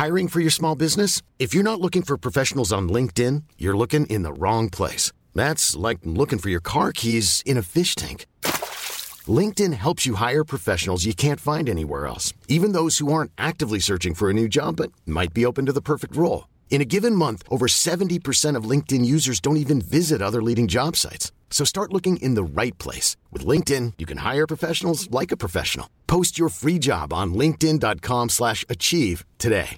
Hiring for your small business? If you're not looking for professionals on LinkedIn, you're looking in the wrong place. That's like looking for your car keys in a fish tank. LinkedIn helps you hire professionals you can't find anywhere else, even those who aren't actively searching for a new job but might be open to the perfect role. In a given month, over 70% of LinkedIn users don't even visit other leading job sites. So start looking in the right place. With LinkedIn, you can hire professionals like a professional. Post your free job on linkedin.com/achieve today.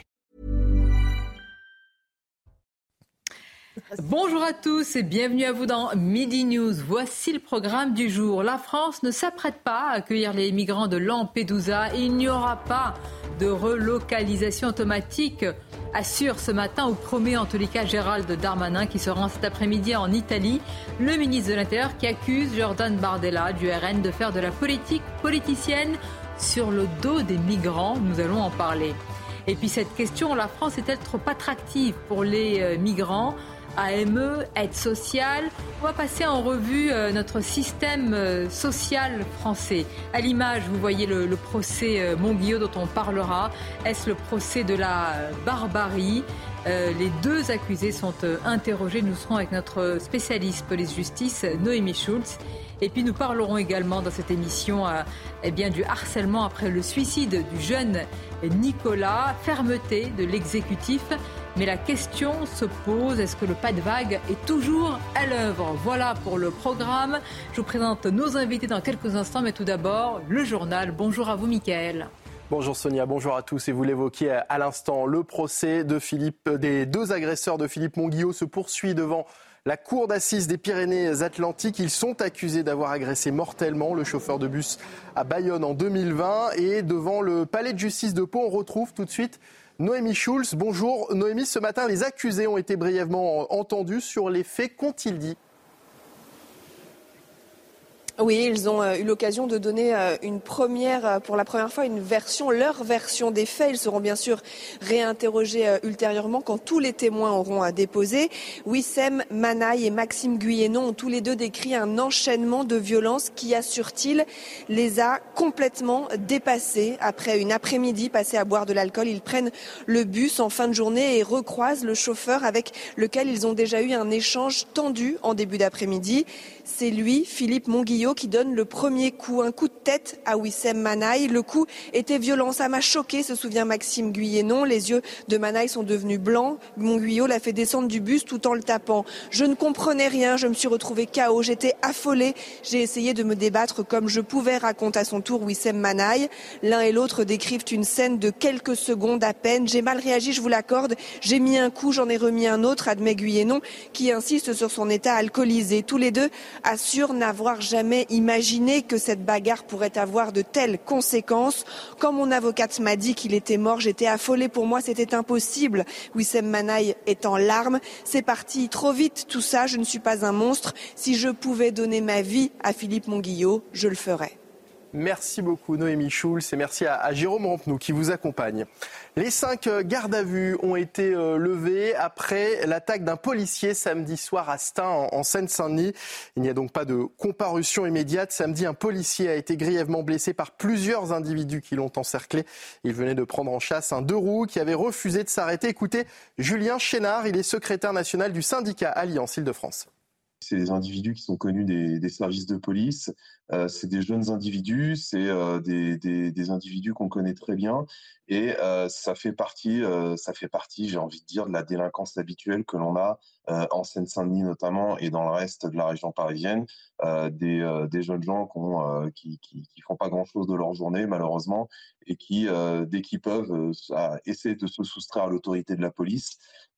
Bonjour à tous et bienvenue à vous dans Midi News. Voici le programme du jour. La France ne s'apprête pas à accueillir les migrants de Lampedusa. Il n'y aura pas de relocalisation automatique, assure ce matin ou promet en tous les cas Gérald Darmanin qui se rend cet après-midi en Italie. Le ministre de l'Intérieur qui accuse Jordan Bardella du RN de faire de la politique politicienne sur le dos des migrants. Nous allons en parler. Et puis cette question, la France est-elle trop attractive pour les migrants ? AME, aide sociale. On va passer en revue notre système social français. À l'image, vous voyez le procès Monguillot dont on parlera. Est-ce le procès de la barbarie ? Les deux accusés sont interrogés. Nous serons avec notre spécialiste police-justice, Noémie Schulz. Et puis nous parlerons également dans cette émission du harcèlement après le suicide du jeune Nicolas. Fermeté de l'exécutif. Mais la question se pose, est-ce que le pas de vague est toujours à l'œuvre ? Voilà pour le programme. Je vous présente nos invités dans quelques instants, mais tout d'abord, le journal. Bonjour à vous, Mickaël. Bonjour Sonia, bonjour à tous. Et vous l'évoquiez à l'instant, le procès des deux agresseurs de Philippe Monguillot se poursuit devant la cour d'assises des Pyrénées-Atlantiques. Ils sont accusés d'avoir agressé mortellement le chauffeur de bus à Bayonne en 2020. Et devant le palais de justice de Pau, on retrouve tout de suite Noémie Schulz. Bonjour Noémie, ce matin les accusés ont été brièvement entendus sur les faits. Qu'ont-ils dit ? Oui, ils ont eu l'occasion de donner pour la première fois, leur version des faits. Ils seront bien sûr réinterrogés ultérieurement quand tous les témoins auront déposé. Wissem Manaï et Maxime Guyénon ont tous les deux décrit un enchaînement de violences qui, assurent-ils, les a complètement dépassés. Après une après-midi passée à boire de l'alcool, ils prennent le bus en fin de journée et recroisent le chauffeur avec lequel ils ont déjà eu un échange tendu en début d'après-midi. C'est lui, Philippe Monguillot, qui donne le premier coup, un coup de tête à Wissem Manaï. Le coup était violent, ça m'a choqué, se souvient Maxime Guyénon. Les yeux de Manaï sont devenus blancs. Monguillot l'a fait descendre du bus tout en le tapant. Je ne comprenais rien, je me suis retrouvée KO, j'étais affolée. J'ai essayé de me débattre comme je pouvais, raconte à son tour Wissem Manaï. L'un et l'autre décrivent une scène de quelques secondes à peine. J'ai mal réagi, je vous l'accorde. J'ai mis un coup, j'en ai remis un autre, admet Guyénon, qui insiste sur son état alcoolisé. Tous les deux assure n'avoir jamais imaginé que cette bagarre pourrait avoir de telles conséquences. Quand mon avocate m'a dit qu'il était mort, j'étais affolée. Pour moi, c'était impossible. Wissem Manaï est en larmes. C'est parti trop vite, tout ça. Je ne suis pas un monstre. Si je pouvais donner ma vie à Philippe Monguillot, je le ferais. Merci beaucoup Noémie Schulz et merci à Jérôme Rampenou qui vous accompagne. Les 5 gardes à vue ont été levés après l'attaque d'un policier samedi soir à Stein en Seine-Saint-Denis. Il n'y a donc pas de comparution immédiate. Samedi, un policier a été grièvement blessé par plusieurs individus qui l'ont encerclé. Il venait de prendre en chasse un 2-roues qui avait refusé de s'arrêter. Écoutez, Julien Chénard, il est secrétaire national du syndicat Alliance Île-de-France. C'est des individus qui sont connus des services de police. C'est des jeunes individus, c'est des individus qu'on connaît très bien. Et ça fait partie, j'ai envie de dire, de la délinquance habituelle que l'on a en Seine-Saint-Denis notamment et dans le reste de la région parisienne. Des jeunes gens qui font pas grand-chose de leur journée malheureusement et qui, dès qu'ils peuvent, essaient de se soustraire à l'autorité de la police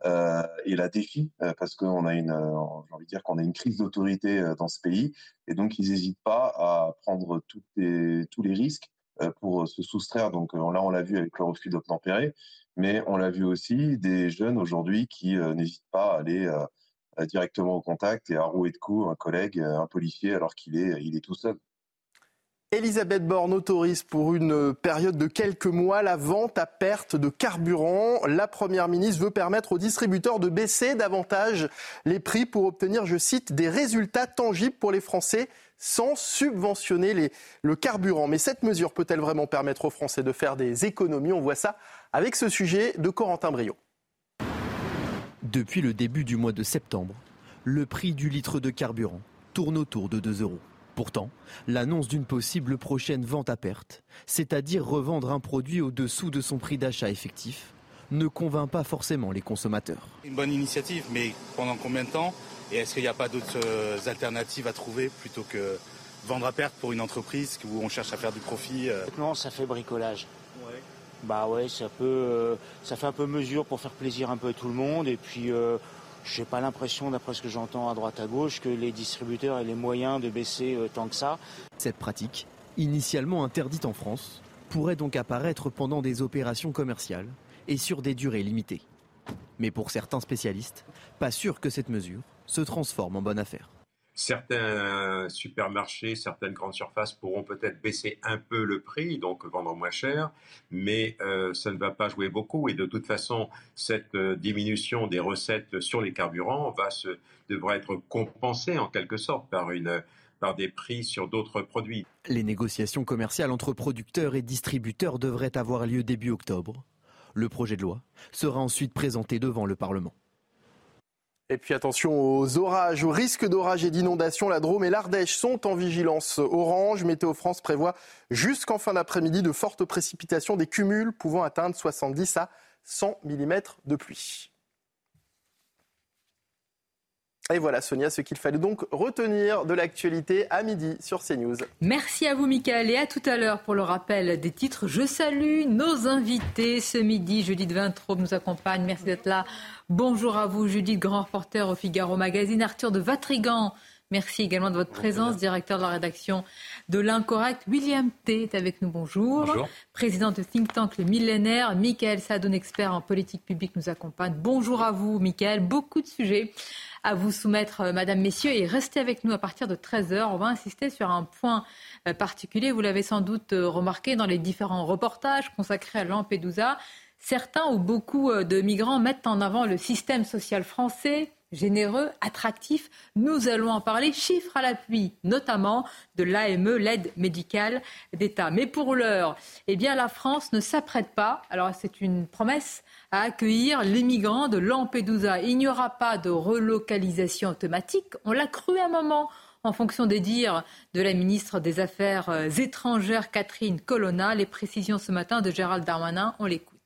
et la défient parce qu'on a j'ai envie de dire qu'on a une crise d'autorité dans ce pays et donc ils n'hésitent pas à prendre tous les risques pour se soustraire. Donc là, on l'a vu avec le refus d'obtempérer, mais on l'a vu aussi des jeunes aujourd'hui qui n'hésitent pas à aller directement au contact et à rouer de coups un collègue, un policier, alors qu'il est tout seul. Elisabeth Borne autorise pour une période de quelques mois la vente à perte de carburant. La Première ministre veut permettre aux distributeurs de baisser davantage les prix pour obtenir, je cite, des résultats tangibles pour les Français sans subventionner le carburant. Mais cette mesure peut-elle vraiment permettre aux Français de faire des économies ? On voit ça avec ce sujet de Corentin Brio. Depuis le début du mois de septembre, le prix du litre de carburant tourne autour de 2 €. Pourtant, l'annonce d'une possible prochaine vente à perte, c'est-à-dire revendre un produit au-dessous de son prix d'achat effectif, ne convainc pas forcément les consommateurs. Une bonne initiative, mais pendant combien de temps ? Et est-ce qu'il n'y a pas d'autres alternatives à trouver plutôt que vendre à perte pour une entreprise où on cherche à faire du profit ? Non, ça fait bricolage. Ouais. Bah ouais, ça fait un peu mesure pour faire plaisir un peu à tout le monde. Et puis, j'ai pas l'impression, d'après ce que j'entends à droite à gauche, que les distributeurs aient les moyens de baisser tant que ça. Cette pratique, initialement interdite en France, pourrait donc apparaître pendant des opérations commerciales et sur des durées limitées. Mais pour certains spécialistes, pas sûr que cette mesure se transforme en bonne affaire. Certains supermarchés, certaines grandes surfaces pourront peut-être baisser un peu le prix, donc vendre moins cher, mais ça ne va pas jouer beaucoup. Et de toute façon, cette diminution des recettes sur les carburants devra être compensée en quelque sorte par des prix sur d'autres produits. Les négociations commerciales entre producteurs et distributeurs devraient avoir lieu début octobre. Le projet de loi sera ensuite présenté devant le Parlement. Et puis attention aux orages, au risque d'orage et d'inondation. La Drôme et l'Ardèche sont en vigilance orange. Météo France prévoit jusqu'en fin d'après-midi de fortes précipitations, des cumuls pouvant atteindre 70 à 100 mm de pluie. Et voilà Sonia, ce qu'il fallait donc retenir de l'actualité à midi sur CNews. Merci à vous Mickaël et à tout à l'heure pour le rappel des titres. Je salue nos invités ce midi. Judith Vintraube nous accompagne, merci d'être là. Bonjour à vous Judith, grand reporter au Figaro Magazine. Arthur de Vatrigan, merci également de votre présence, directeur de la rédaction de l'Incorrect. William T est avec nous, bonjour. Bonjour. Président de think tank Le Millénaire. Mickaël Sadoun, expert en politique publique, nous accompagne. Bonjour à vous Mickaël, beaucoup de sujets à vous soumettre, madame, messieurs, et restez avec nous à partir de 13h. On va insister sur un point particulier. Vous l'avez sans doute remarqué dans les différents reportages consacrés à Lampedusa. Certains ou beaucoup de migrants mettent en avant le système social français, généreux, attractif. Nous allons en parler, chiffres à l'appui, notamment de l'AME, l'aide médicale d'État. Mais pour l'heure, eh bien, la France ne s'apprête pas, alors c'est une promesse, à accueillir les migrants de Lampedusa. Il n'y aura pas de relocalisation automatique. On l'a cru un moment, en fonction des dires de la ministre des Affaires étrangères, Catherine Colonna. Les précisions ce matin de Gérald Darmanin, on l'écoute.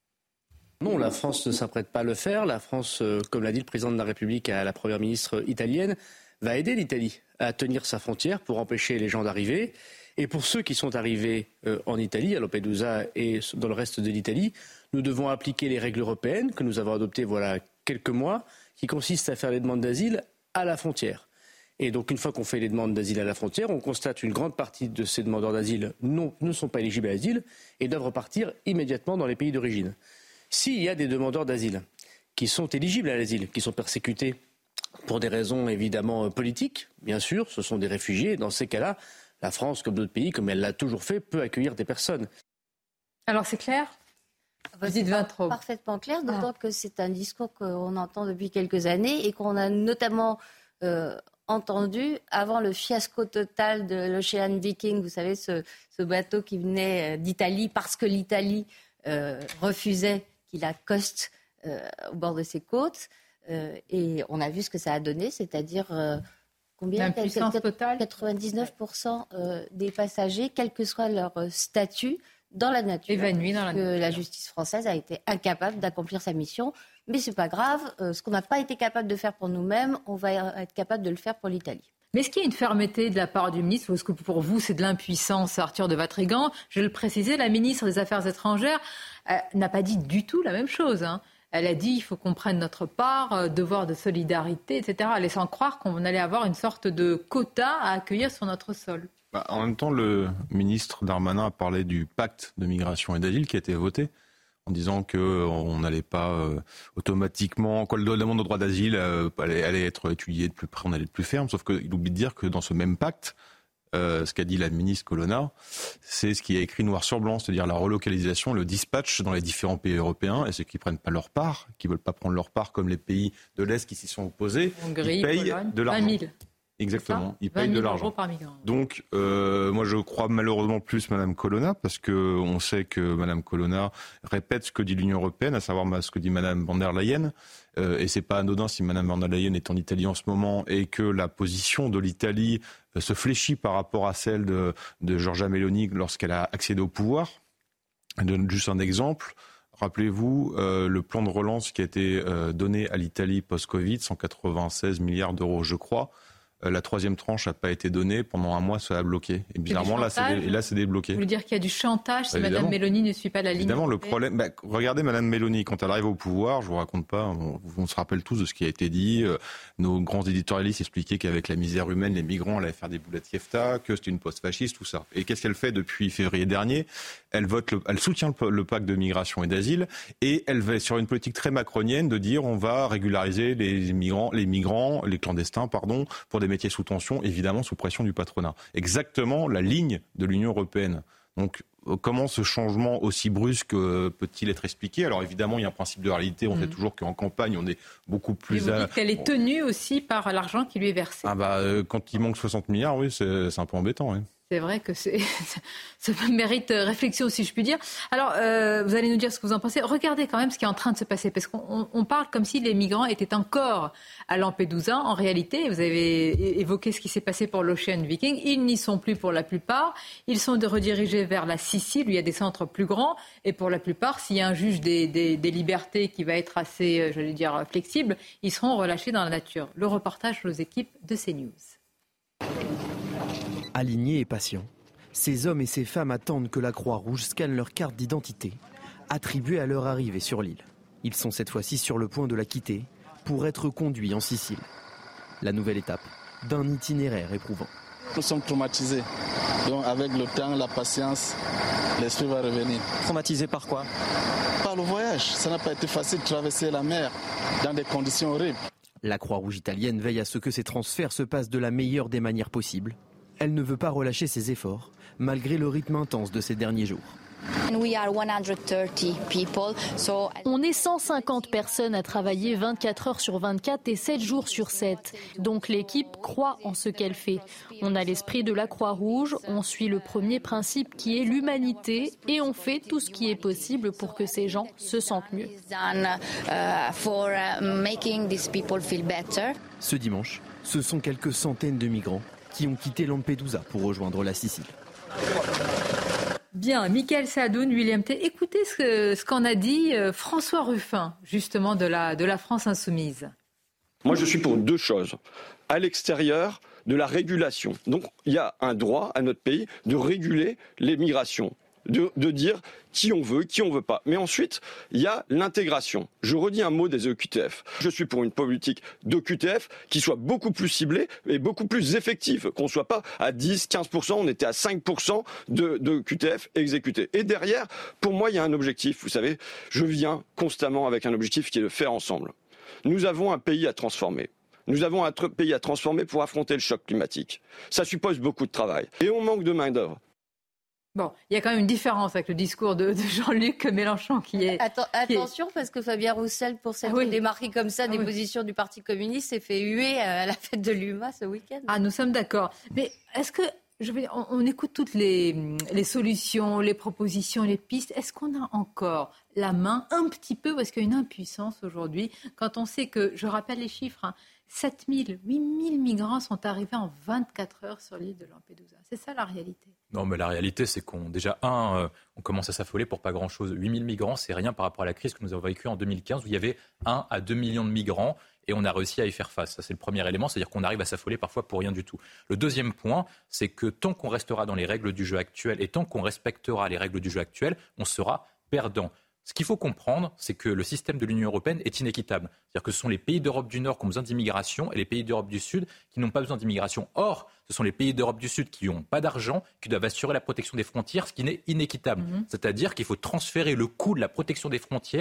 Non, la France ne s'apprête pas à le faire. La France, comme l'a dit le président de la République à la première ministre italienne, va aider l'Italie à tenir sa frontière pour empêcher les gens d'arriver. Et pour ceux qui sont arrivés en Italie, à Lampedusa et dans le reste de l'Italie, nous devons appliquer les règles européennes que nous avons adoptées voilà quelques mois, qui consistent à faire les demandes d'asile à la frontière. Et donc une fois qu'on fait les demandes d'asile à la frontière, on constate qu'une grande partie de ces demandeurs d'asile ne sont pas éligibles à l'asile et doivent repartir immédiatement dans les pays d'origine. S'il y a des demandeurs d'asile qui sont éligibles à l'asile, qui sont persécutés pour des raisons évidemment politiques, bien sûr, ce sont des réfugiés. Dans ces cas-là, la France, comme d'autres pays, comme elle l'a toujours fait, peut accueillir des personnes. Alors c'est clair ? C'est parfaitement clair, d'autant que c'est un discours qu'on entend depuis quelques années et qu'on a notamment entendu avant le fiasco total de l'Ocean Viking. Vous savez, ce bateau qui venait d'Italie parce que l'Italie refusait qu'il accoste au bord de ses côtes. Et on a vu ce que ça a donné, c'est-à-dire combien ? L'impuissance totale. 99% des passagers, quel que soit leur statut, dans la nature. Évanouis dans la nature. La justice française a été incapable d'accomplir sa mission. Mais ce n'est pas grave. Ce qu'on n'a pas été capable de faire pour nous-mêmes, on va être capable de le faire pour l'Italie. Mais est-ce qu'il y a une fermeté de la part du ministre ou est-ce que pour vous c'est de l'impuissance, Arthur de Vatrigan ? Je vais le préciser, la ministre des Affaires étrangères n'a pas dit du tout la même chose. Elle a dit il faut qu'on prenne notre part, devoir de solidarité, etc. Laissant croire qu'on allait avoir une sorte de quota à accueillir sur notre sol. En même temps, le ministre Darmanin a parlé du pacte de migration et d'asile qui a été voté, en disant qu'on n'allait pas automatiquement, quand la demande de droit d'asile allait être étudiée de plus près, on allait être plus ferme, sauf qu'il oublie de dire que dans ce même pacte, ce qu'a dit la ministre Colonna, c'est ce qui est écrit noir sur blanc, c'est-à-dire la relocalisation, le dispatch dans les différents pays européens, et ceux qui ne prennent pas leur part, qui ne veulent pas prendre leur part, comme les pays de l'Est qui s'y sont opposés, Hongrie, ils payent Pologne, de l'argent. 20 000. Exactement, ils payent de l'argent. Par migrant. Donc, moi, je crois malheureusement plus Madame Colonna, parce que on sait que Madame Colonna répète ce que dit l'Union européenne, à savoir ce que dit Madame von der Leyen. Et c'est pas anodin si Madame von der Leyen est en Italie en ce moment et que la position de l'Italie se fléchit par rapport à celle de Giorgia Meloni lorsqu'elle a accédé au pouvoir. Je donne juste un exemple. Rappelez-vous le plan de relance qui a été donné à l'Italie post-Covid, 196 milliards d'euros, je crois. La troisième tranche n'a pas été donnée. Pendant un mois, ça a bloqué. Et bizarrement, là, c'est débloqué. Vous voulez dire qu'il y a du chantage si Mme Meloni ne suit pas la ligne? Évidemment, le problème... regardez Mme Meloni, quand elle arrive au pouvoir, je vous raconte pas, on se rappelle tous de ce qui a été dit. Nos grands éditorialistes expliquaient qu'avec la misère humaine, les migrants allaient faire des boulettes fiefta, que c'était une post-fasciste, tout ça. Et qu'est-ce qu'elle fait depuis février dernier? Elle soutient le pacte de migration et d'asile, et elle va sur une politique très macronienne de dire on va régulariser les migrants, les clandestins, pour des métiers sous tension, évidemment sous pression du patronat. Exactement la ligne de l'Union européenne. Donc, comment ce changement aussi brusque peut-il être expliqué? Alors évidemment, il y a un principe de réalité. On sait toujours qu'en campagne, on est beaucoup plus... Et vous dites qu'elle est tenue aussi par l'argent qui lui est versé. Quand il manque 60 milliards, oui, c'est un peu embêtant. Oui. C'est vrai que ça mérite réflexion, si je puis dire. Alors, vous allez nous dire ce que vous en pensez. Regardez quand même ce qui est en train de se passer, parce qu'on parle comme si les migrants étaient encore à Lampedusa. En réalité, vous avez évoqué ce qui s'est passé pour l'Ocean Viking. Ils n'y sont plus pour la plupart. Ils sont redirigés vers la Sicile, où il y a des centres plus grands. Et pour la plupart, s'il y a un juge des libertés qui va être assez, flexible, ils seront relâchés dans la nature. Le reportage de nos équipes de CNews. Alignés et patients, ces hommes et ces femmes attendent que la Croix-Rouge scanne leur carte d'identité, attribuée à leur arrivée sur l'île. Ils sont cette fois-ci sur le point de la quitter pour être conduits en Sicile. La nouvelle étape d'un itinéraire éprouvant. Nous sommes traumatisés. Donc avec le temps, la patience, l'esprit va revenir. Traumatisés par quoi? Par le voyage. Ça n'a pas été facile de traverser la mer dans des conditions horribles. La Croix-Rouge italienne veille à ce que ces transferts se passent de la meilleure des manières possibles. Elle ne veut pas relâcher ses efforts, malgré le rythme intense de ces derniers jours. On est 150 personnes à travailler 24 heures sur 24 et 7 jours sur 7. Donc l'équipe croit en ce qu'elle fait. On a l'esprit de la Croix-Rouge, on suit le premier principe qui est l'humanité et on fait tout ce qui est possible pour que ces gens se sentent mieux. Ce dimanche, ce sont quelques centaines de migrants qui ont quitté Lampedusa pour rejoindre la Sicile. Bien, Mickaël Sadoun, William T. Écoutez ce qu'en a dit François Ruffin, justement de la France insoumise. Moi, je suis pour deux choses. À l'extérieur de la régulation. Donc, il y a un droit à notre pays de réguler les migrations. De dire qui on veut pas. Mais ensuite, il y a l'intégration. Je redis un mot des OQTF. Je suis pour une politique d'OQTF qui soit beaucoup plus ciblée et beaucoup plus effective. Qu'on ne soit pas à 10, 15%, on était à 5% de QTF exécutés. Et derrière, pour moi, il y a un objectif. Vous savez, je viens constamment avec un objectif qui est de faire ensemble. Nous avons un pays à transformer. Nous avons un pays à transformer pour affronter le choc climatique. Ça suppose beaucoup de travail. Et on manque de main-d'œuvre. Bon, il y a quand même une différence avec le discours de Jean-Luc Mélenchon qui est... Attention, parce que Fabien Roussel, pour s'être démarqué comme ça des positions du Parti communiste, s'est fait huer à la fête de l'UMA ce week-end. Ah, nous sommes d'accord. Mais est-ce que, on écoute toutes les solutions, les propositions, les pistes. Est-ce qu'on a encore la main un petit peu, ou est-ce qu'il y a une impuissance aujourd'hui, quand on sait que, je rappelle les chiffres, 7 000, 8 000 migrants sont arrivés en 24 heures sur l'île de Lampedusa. C'est ça la réalité. Non, mais la réalité, c'est qu'on commence à s'affoler pour pas grand-chose. 8 000 migrants, c'est rien par rapport à la crise que nous avons vécue en 2015, où il y avait 1 à 2 millions de migrants, et on a réussi à y faire face. Ça, c'est le premier élément, c'est-à-dire qu'on arrive à s'affoler parfois pour rien du tout. Le deuxième point, c'est que tant qu'on restera dans les règles du jeu actuel, et tant qu'on respectera les règles du jeu actuel, on sera perdant. Ce qu'il faut comprendre, c'est que le système de l'Union européenne est inéquitable. C'est-à-dire que ce sont les pays d'Europe du Nord qui ont besoin d'immigration et les pays d'Europe du Sud qui n'ont pas besoin d'immigration. Or, ce sont les pays d'Europe du Sud qui n'ont pas d'argent, qui doivent assurer la protection des frontières, ce qui n'est inéquitable. C'est-à-dire qu'il faut transférer le coût de la protection des frontières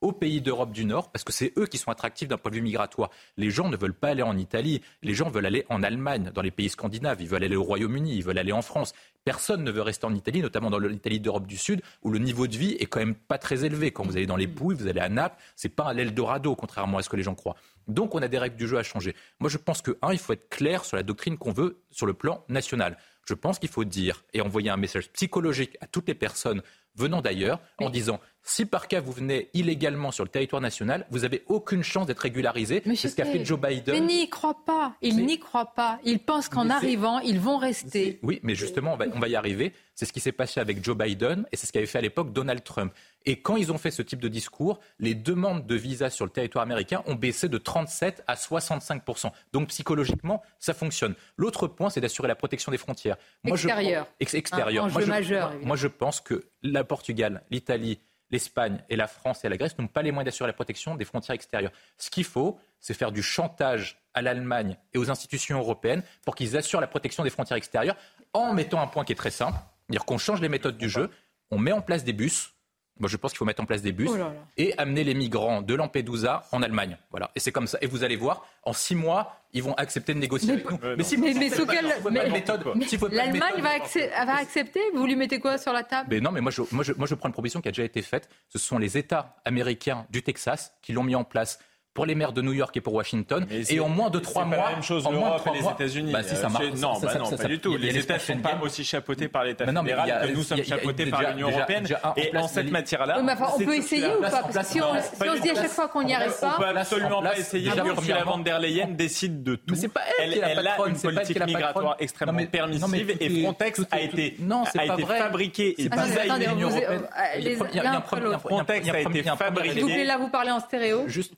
aux pays d'Europe du Nord, parce que c'est eux qui sont attractifs d'un point de vue migratoire. Les gens ne veulent pas aller en Italie, les gens veulent aller en Allemagne, dans les pays scandinaves, ils veulent aller au Royaume-Uni, ils veulent aller en France. Personne ne veut rester en Italie, notamment dans l'Italie d'Europe du Sud, où le niveau de vie est quand même pas très élevé. Quand vous allez dans les Pouilles, vous allez à Naples, c'est pas à l'Eldorado, contrairement à ce que les gens croient. Donc on a des règles du jeu à changer. Moi je pense que, il faut être clair sur la doctrine qu'on veut sur le plan national. Je pense qu'il faut dire et envoyer un message psychologique à toutes les personnes venant d'ailleurs, en disant, si par cas vous venez illégalement sur le territoire national, vous n'avez aucune chance d'être régularisé. C'est ce qu'a fait Joe Biden. Mais n'y croient pas. Ils n'y croient pas. Ils pensent qu'en arrivant, ils vont rester. Oui, mais justement, on va y arriver. C'est ce qui s'est passé avec Joe Biden et c'est ce qu'avait fait à l'époque Donald Trump. Et quand ils ont fait ce type de discours, les demandes de visa sur le territoire américain ont baissé de 37 à 65%. Donc psychologiquement, ça fonctionne. L'autre point, c'est d'assurer la protection des frontières. Extérieur. Extérieur. Enjeu majeur. Moi, je pense que le Portugal, l'Italie, l'Espagne et la France et la Grèce n'ont pas les moyens d'assurer la protection des frontières extérieures. Ce qu'il faut, c'est faire du chantage à l'Allemagne et aux institutions européennes pour qu'ils assurent la protection des frontières extérieures en mettant un point qui est très simple, c'est-à-dire qu'on change les méthodes du jeu, on met en place des bus. Moi, je pense qu'il faut mettre en place des bus et amener les migrants de Lampedusa en Allemagne. Voilà. Et c'est comme ça. Et vous allez voir, en 6 mois, ils vont accepter de négocier avec nous. Mais sous quelle méthode l'Allemagne va accepter? Vous lui mettez quoi sur la table? Mais non, mais moi je prends une proposition qui a déjà été faite. Ce sont les États américains du Texas qui l'ont mis en place pour les maires de New York et pour Washington, et en moins de 3 mois... C'est pas la même chose, l'Europe et les États-Unis. Si, ça marche. Non, pas du tout. Les États ne sont pas aussi chapeautés par l'État fédéral que nous sommes chapeautés par l'Union européenne. Et en cette matière-là... On peut essayer ou pas? Parce que si on se dit à chaque fois qu'on n'y arrive pas... On peut absolument pas essayer. Ursula von der Leyen décide de tout. Elle a une politique migratoire extrêmement permissive et Frontex a été fabriqué et designé. Frontex a été fabriqué... Vous voulez là vous parler en stéréo? Juste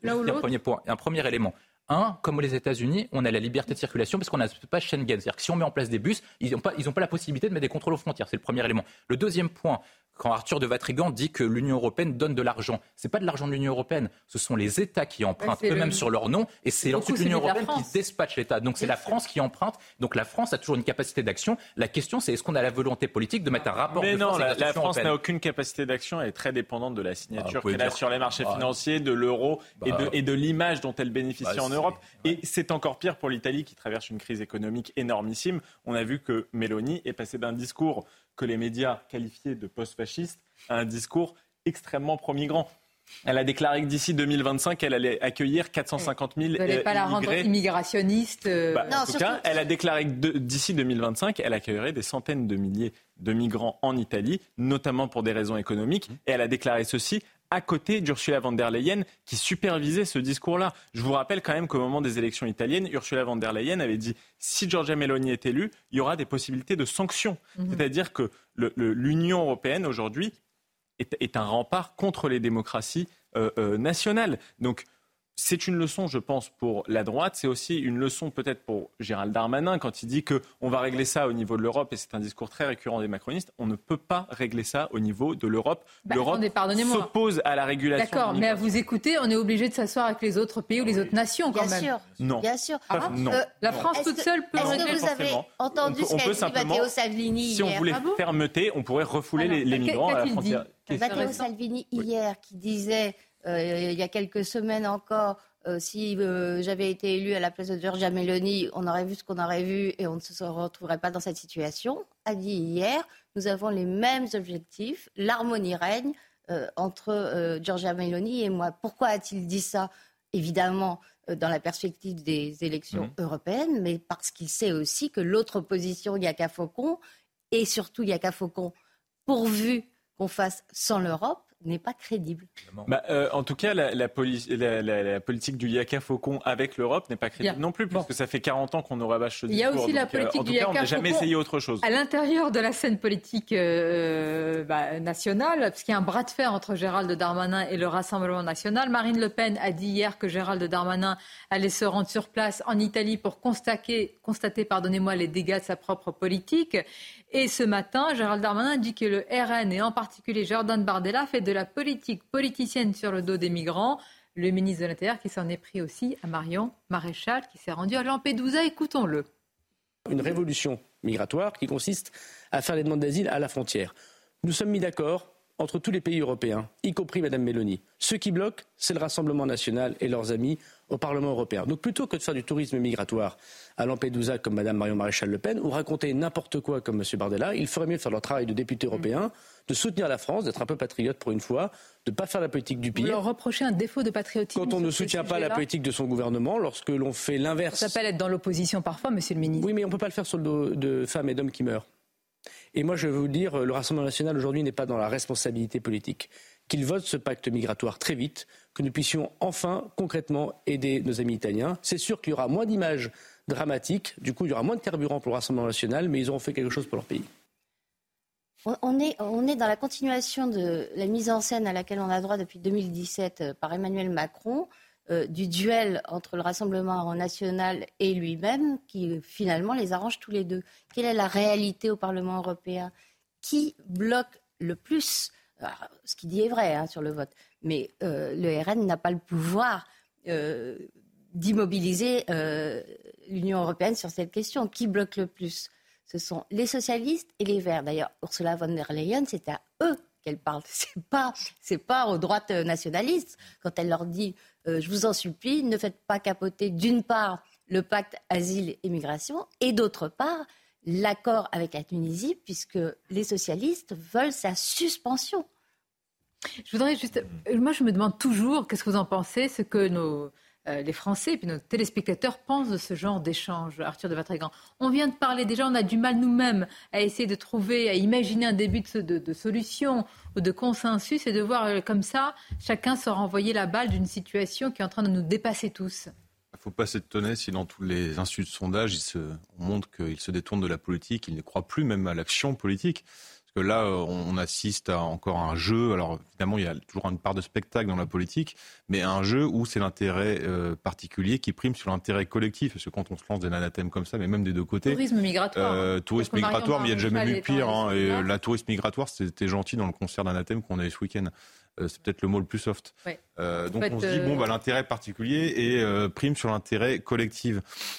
un premier élément. Comme les États-Unis, on a la liberté de circulation parce qu'on n'a pas Schengen. C'est-à-dire que si on met en place des bus, ils n'ont pas la possibilité de mettre des contrôles aux frontières. C'est le premier élément. Le deuxième point, quand Arthur de Vatrigan dit que l'Union européenne donne de l'argent, ce n'est pas de l'argent de l'Union européenne, ce sont les États qui empruntent eux-mêmes sur leur nom, et c'est ensuite l'Union européenne qui dispatche l'État. Donc c'est la France qui emprunte, donc la France a toujours une capacité d'action. La question c'est est-ce qu'on a la volonté politique de mettre un rapport de force avec la France n'a aucune capacité d'action, elle est très dépendante de la signature qu'elle a sur les marchés financiers, de l'euro et de l'image dont elle bénéficie en Europe. Et c'est encore pire pour l'Italie qui traverse une crise économique énormissime. On a vu que Meloni est passée d'un discours que les médias qualifiaient de post-fasciste à un discours extrêmement pro-migrant. Elle a déclaré que d'ici 2025, elle allait accueillir 450 000 immigrés. Vous n'allez pas la rendre immigrationniste En tout cas, elle a déclaré que d'ici 2025, elle accueillerait des centaines de milliers de migrants en Italie, notamment pour des raisons économiques. Et elle a déclaré ceci à côté d'Ursula von der Leyen qui supervisait ce discours-là. Je vous rappelle quand même qu'au moment des élections italiennes, Ursula von der Leyen avait dit si Giorgia Meloni est élue, il y aura des possibilités de sanctions. C'est-à-dire que l'Union européenne aujourd'hui est un rempart contre les démocraties nationales. Donc c'est une leçon, je pense, pour la droite. C'est aussi une leçon peut-être pour Gérald Darmanin quand il dit qu'on va régler ça au niveau de l'Europe. Et c'est un discours très récurrent des macronistes. On ne peut pas régler ça au niveau de l'Europe. L'Europe s'oppose à la régulation. D'accord, mais à vous écouter, on est obligé de s'asseoir avec les autres pays ou les autres nations quand même. Sûr. Non. Bien sûr. Non. La France toute seule peut régler. Est-ce que vous avez entendu ce qu'a dit Matteo Salvini hier? Si on voulait fermeter, on pourrait refouler les migrants à la frontière. Matteo Salvini hier qui disait... il y a quelques semaines encore, si j'avais été élue à la place de Giorgia Meloni, on aurait vu ce qu'on aurait vu et on ne se retrouverait pas dans cette situation, a dit hier, nous avons les mêmes objectifs, l'harmonie règne entre Giorgia Meloni et moi. Pourquoi a-t-il dit ça? Évidemment, dans la perspective des élections européennes, mais parce qu'il sait aussi que l'autre opposition, Yaka Faucon, et surtout Yaka Faucon, pourvu qu'on fasse sans l'Europe, n'est pas crédible. En tout cas, la politique du Yaka Faucon avec l'Europe n'est pas crédible non plus, puisque ça fait 40 ans qu'on nous rabâche ce discours. Il y a aussi la politique du Yaka Faucon. On n'a jamais essayé autre chose. À l'intérieur de la scène politique nationale, parce qu'il y a un bras de fer entre Gérald Darmanin et le Rassemblement national. Marine Le Pen a dit hier que Gérald Darmanin allait se rendre sur place en Italie pour constater les dégâts de sa propre politique. Et ce matin, Gérald Darmanin dit que le RN et en particulier Jordan Bardella fait de la politique politicienne sur le dos des migrants. Le ministre de l'Intérieur qui s'en est pris aussi à Marion Maréchal qui s'est rendu à Lampedusa. Écoutons-le. Une révolution migratoire qui consiste à faire les demandes d'asile à la frontière. Nous sommes mis d'accord entre tous les pays européens, y compris Mme Meloni. Ce qui bloque, c'est le Rassemblement national et leurs amis au Parlement européen. Donc plutôt que de faire du tourisme migratoire à Lampedusa comme Mme Marion Maréchal Le Pen ou raconter n'importe quoi comme M. Bardella, il ferait mieux de faire leur travail de député européen, de soutenir la France, d'être un peu patriote pour une fois, de ne pas faire la politique du pire. Vous leur reprochez un défaut de patriotisme. Quand on ne soutient pas la politique de son gouvernement, lorsque l'on fait l'inverse. Ça s'appelle être dans l'opposition parfois, Monsieur le Ministre. Oui, mais on ne peut pas le faire sur le dos de femmes et d'hommes qui meurent. Et moi, je vais vous dire, le Rassemblement national aujourd'hui n'est pas dans la responsabilité politique. Qu'il vote ce pacte migratoire très vite, que nous puissions enfin concrètement aider nos amis italiens. C'est sûr qu'il y aura moins d'images dramatiques, du coup il y aura moins de carburant pour le Rassemblement national, mais ils auront fait quelque chose pour leur pays. On est dans la continuation de la mise en scène à laquelle on a droit depuis 2017 par Emmanuel Macron, du duel entre le Rassemblement national et lui-même, qui finalement les arrange tous les deux. Quelle est la réalité au Parlement européen ? Qui bloque le plus ? Alors, ce qu'il dit est vrai sur le vote, mais le RN n'a pas le pouvoir d'immobiliser l'Union européenne sur cette question. Qui bloque le plus ? Ce sont les socialistes et les Verts. D'ailleurs, Ursula von der Leyen, c'est à eux qu'elle parle. C'est pas aux droites nationalistes. Quand elle leur dit je vous en supplie, ne faites pas capoter d'une part le pacte asile et migration et d'autre part l'accord avec la Tunisie, puisque les socialistes veulent sa suspension. Je voudrais juste... Moi, je me demande toujours, qu'est-ce que vous en pensez, ce que les Français et puis nos téléspectateurs pensent de ce genre d'échange, Arthur de Vatrigan. On vient de parler, déjà, on a du mal nous-mêmes à essayer de trouver, à imaginer un début de solution ou de consensus et de voir comme ça, chacun se renvoyer la balle d'une situation qui est en train de nous dépasser tous. Il ne faut pas s'étonner si dans tous les instituts de sondage, on montre qu'ils se détournent de la politique, ils ne croient plus même à l'action politique. Parce que là, on assiste à encore un jeu. Alors évidemment, il y a toujours une part de spectacle dans la politique, mais un jeu où c'est l'intérêt particulier qui prime sur l'intérêt collectif. Parce que quand on se lance des anathèmes comme ça, mais même des deux côtés... Tourisme migratoire. Tourisme migratoire, mais il y a déjà même eu pire. Et la tourisme migratoire, c'était gentil dans le concert d'anathèmes qu'on avait ce week-end. C'est peut-être le mot le plus soft. Ouais. Donc on se dit, l'intérêt particulier prime sur l'intérêt collectif.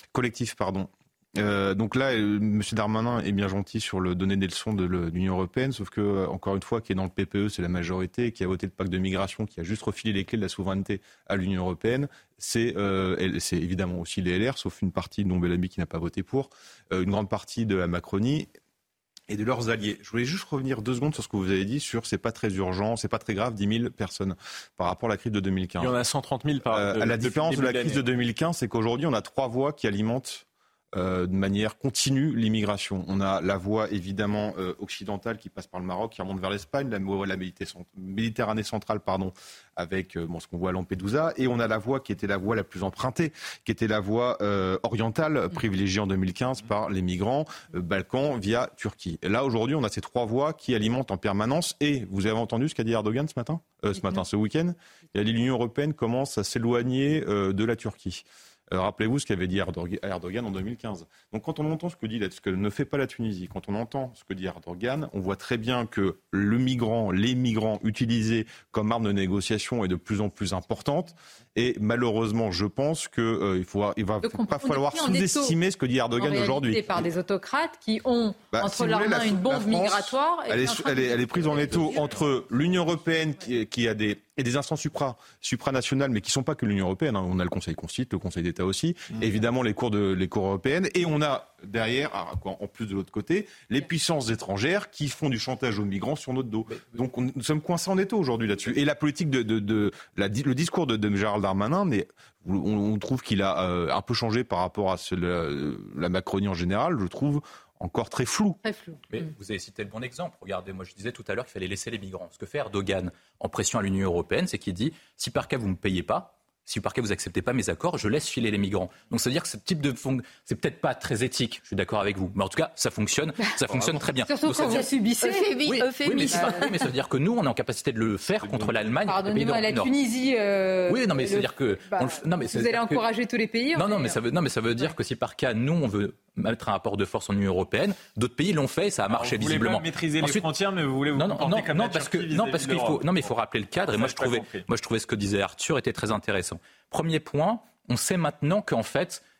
Donc là, M. Darmanin est bien gentil sur le donner des leçons de l'Union européenne, sauf que, encore une fois, qui est dans le PPE, c'est la majorité, qui a voté le pacte de migration, qui a juste refilé les clés de la souveraineté à l'Union européenne. C'est évidemment aussi les LR, sauf une partie dont Bellamy qui n'a pas voté pour, une grande partie de la Macronie et de leurs alliés. Je voulais juste revenir 2 secondes sur ce que vous avez dit sur c'est pas très urgent, c'est pas très grave, 10 000 personnes par rapport à la crise de 2015. Il y en a 130 000 la différence de la crise de 2015, c'est qu'aujourd'hui, on a 3 voies qui alimentent de manière continue l'immigration. On a la voie évidemment occidentale qui passe par le Maroc, qui remonte vers l'Espagne, la Méditerranée centrale, avec ce qu'on voit à Lampedusa, et on a la voie qui était la voie la plus empruntée, qui était la voie orientale, privilégiée en 2015 par les migrants, Balkans via Turquie. Et là, aujourd'hui, on a ces 3 voies qui alimentent en permanence, et vous avez entendu ce qu'a dit Erdogan ce week-end, il a dit l'Union européenne commence à s'éloigner de la Turquie. Rappelez-vous ce qu'avait dit Erdogan en 2015. Donc quand on entend ce que ne fait pas la Tunisie, quand on entend ce que dit Erdogan, on voit très bien que les migrants utilisés comme arme de négociation est de plus en plus importante. Et malheureusement, je pense qu'il va pas falloir sous-estimer ce que dit Erdogan aujourd'hui. C'est par des autocrates qui ont entre leurs mains une bombe migratoire. Elle est prise en étau entre l'Union européenne qui a des instances supranationales, mais qui ne sont pas que l'Union européenne. On a le Conseil constitue, le Conseil d'État aussi, évidemment les cours européennes, et on a derrière, en plus de l'autre côté, les puissances étrangères qui font du chantage aux migrants sur notre dos. Donc nous sommes coincés en étau aujourd'hui là-dessus. Et la politique le discours de Gérald Darmanin, mais on trouve qu'il a un peu changé par rapport à la Macronie en général, je trouve encore très flou. Mais vous avez cité le bon exemple. Regardez, moi je disais tout à l'heure qu'il fallait laisser les migrants. Ce que fait Erdogan en pression à l'Union européenne, c'est qu'il dit si par cas vous ne me payez pas, si par cas vous acceptez pas mes accords, je laisse filer les migrants. Donc ça veut dire que ce type de c'est peut-être pas très éthique, je suis d'accord avec vous, mais en tout cas ça fonctionne très bien. Surtout quand vous subissez. Mais ça veut dire que nous on est en capacité de le faire contre l'Allemagne. Pardonnez-moi, la Tunisie. Oui, non mais c'est-à-dire que vous allez encourager tous les pays. Non, mais ça veut dire que si par cas nous on veut mettre un rapport de force en Union européenne, d'autres pays l'ont fait et ça a marché visiblement. Vous voulez pas maîtriser les frontières, mais vous voulez vous comporter comme la Turquie vis-à-vis de l'Europe. Mais il faut rappeler le cadre. Et moi je trouvais ce que disait Arthur était très intéressant. Premier point, on sait maintenant qu'en fait,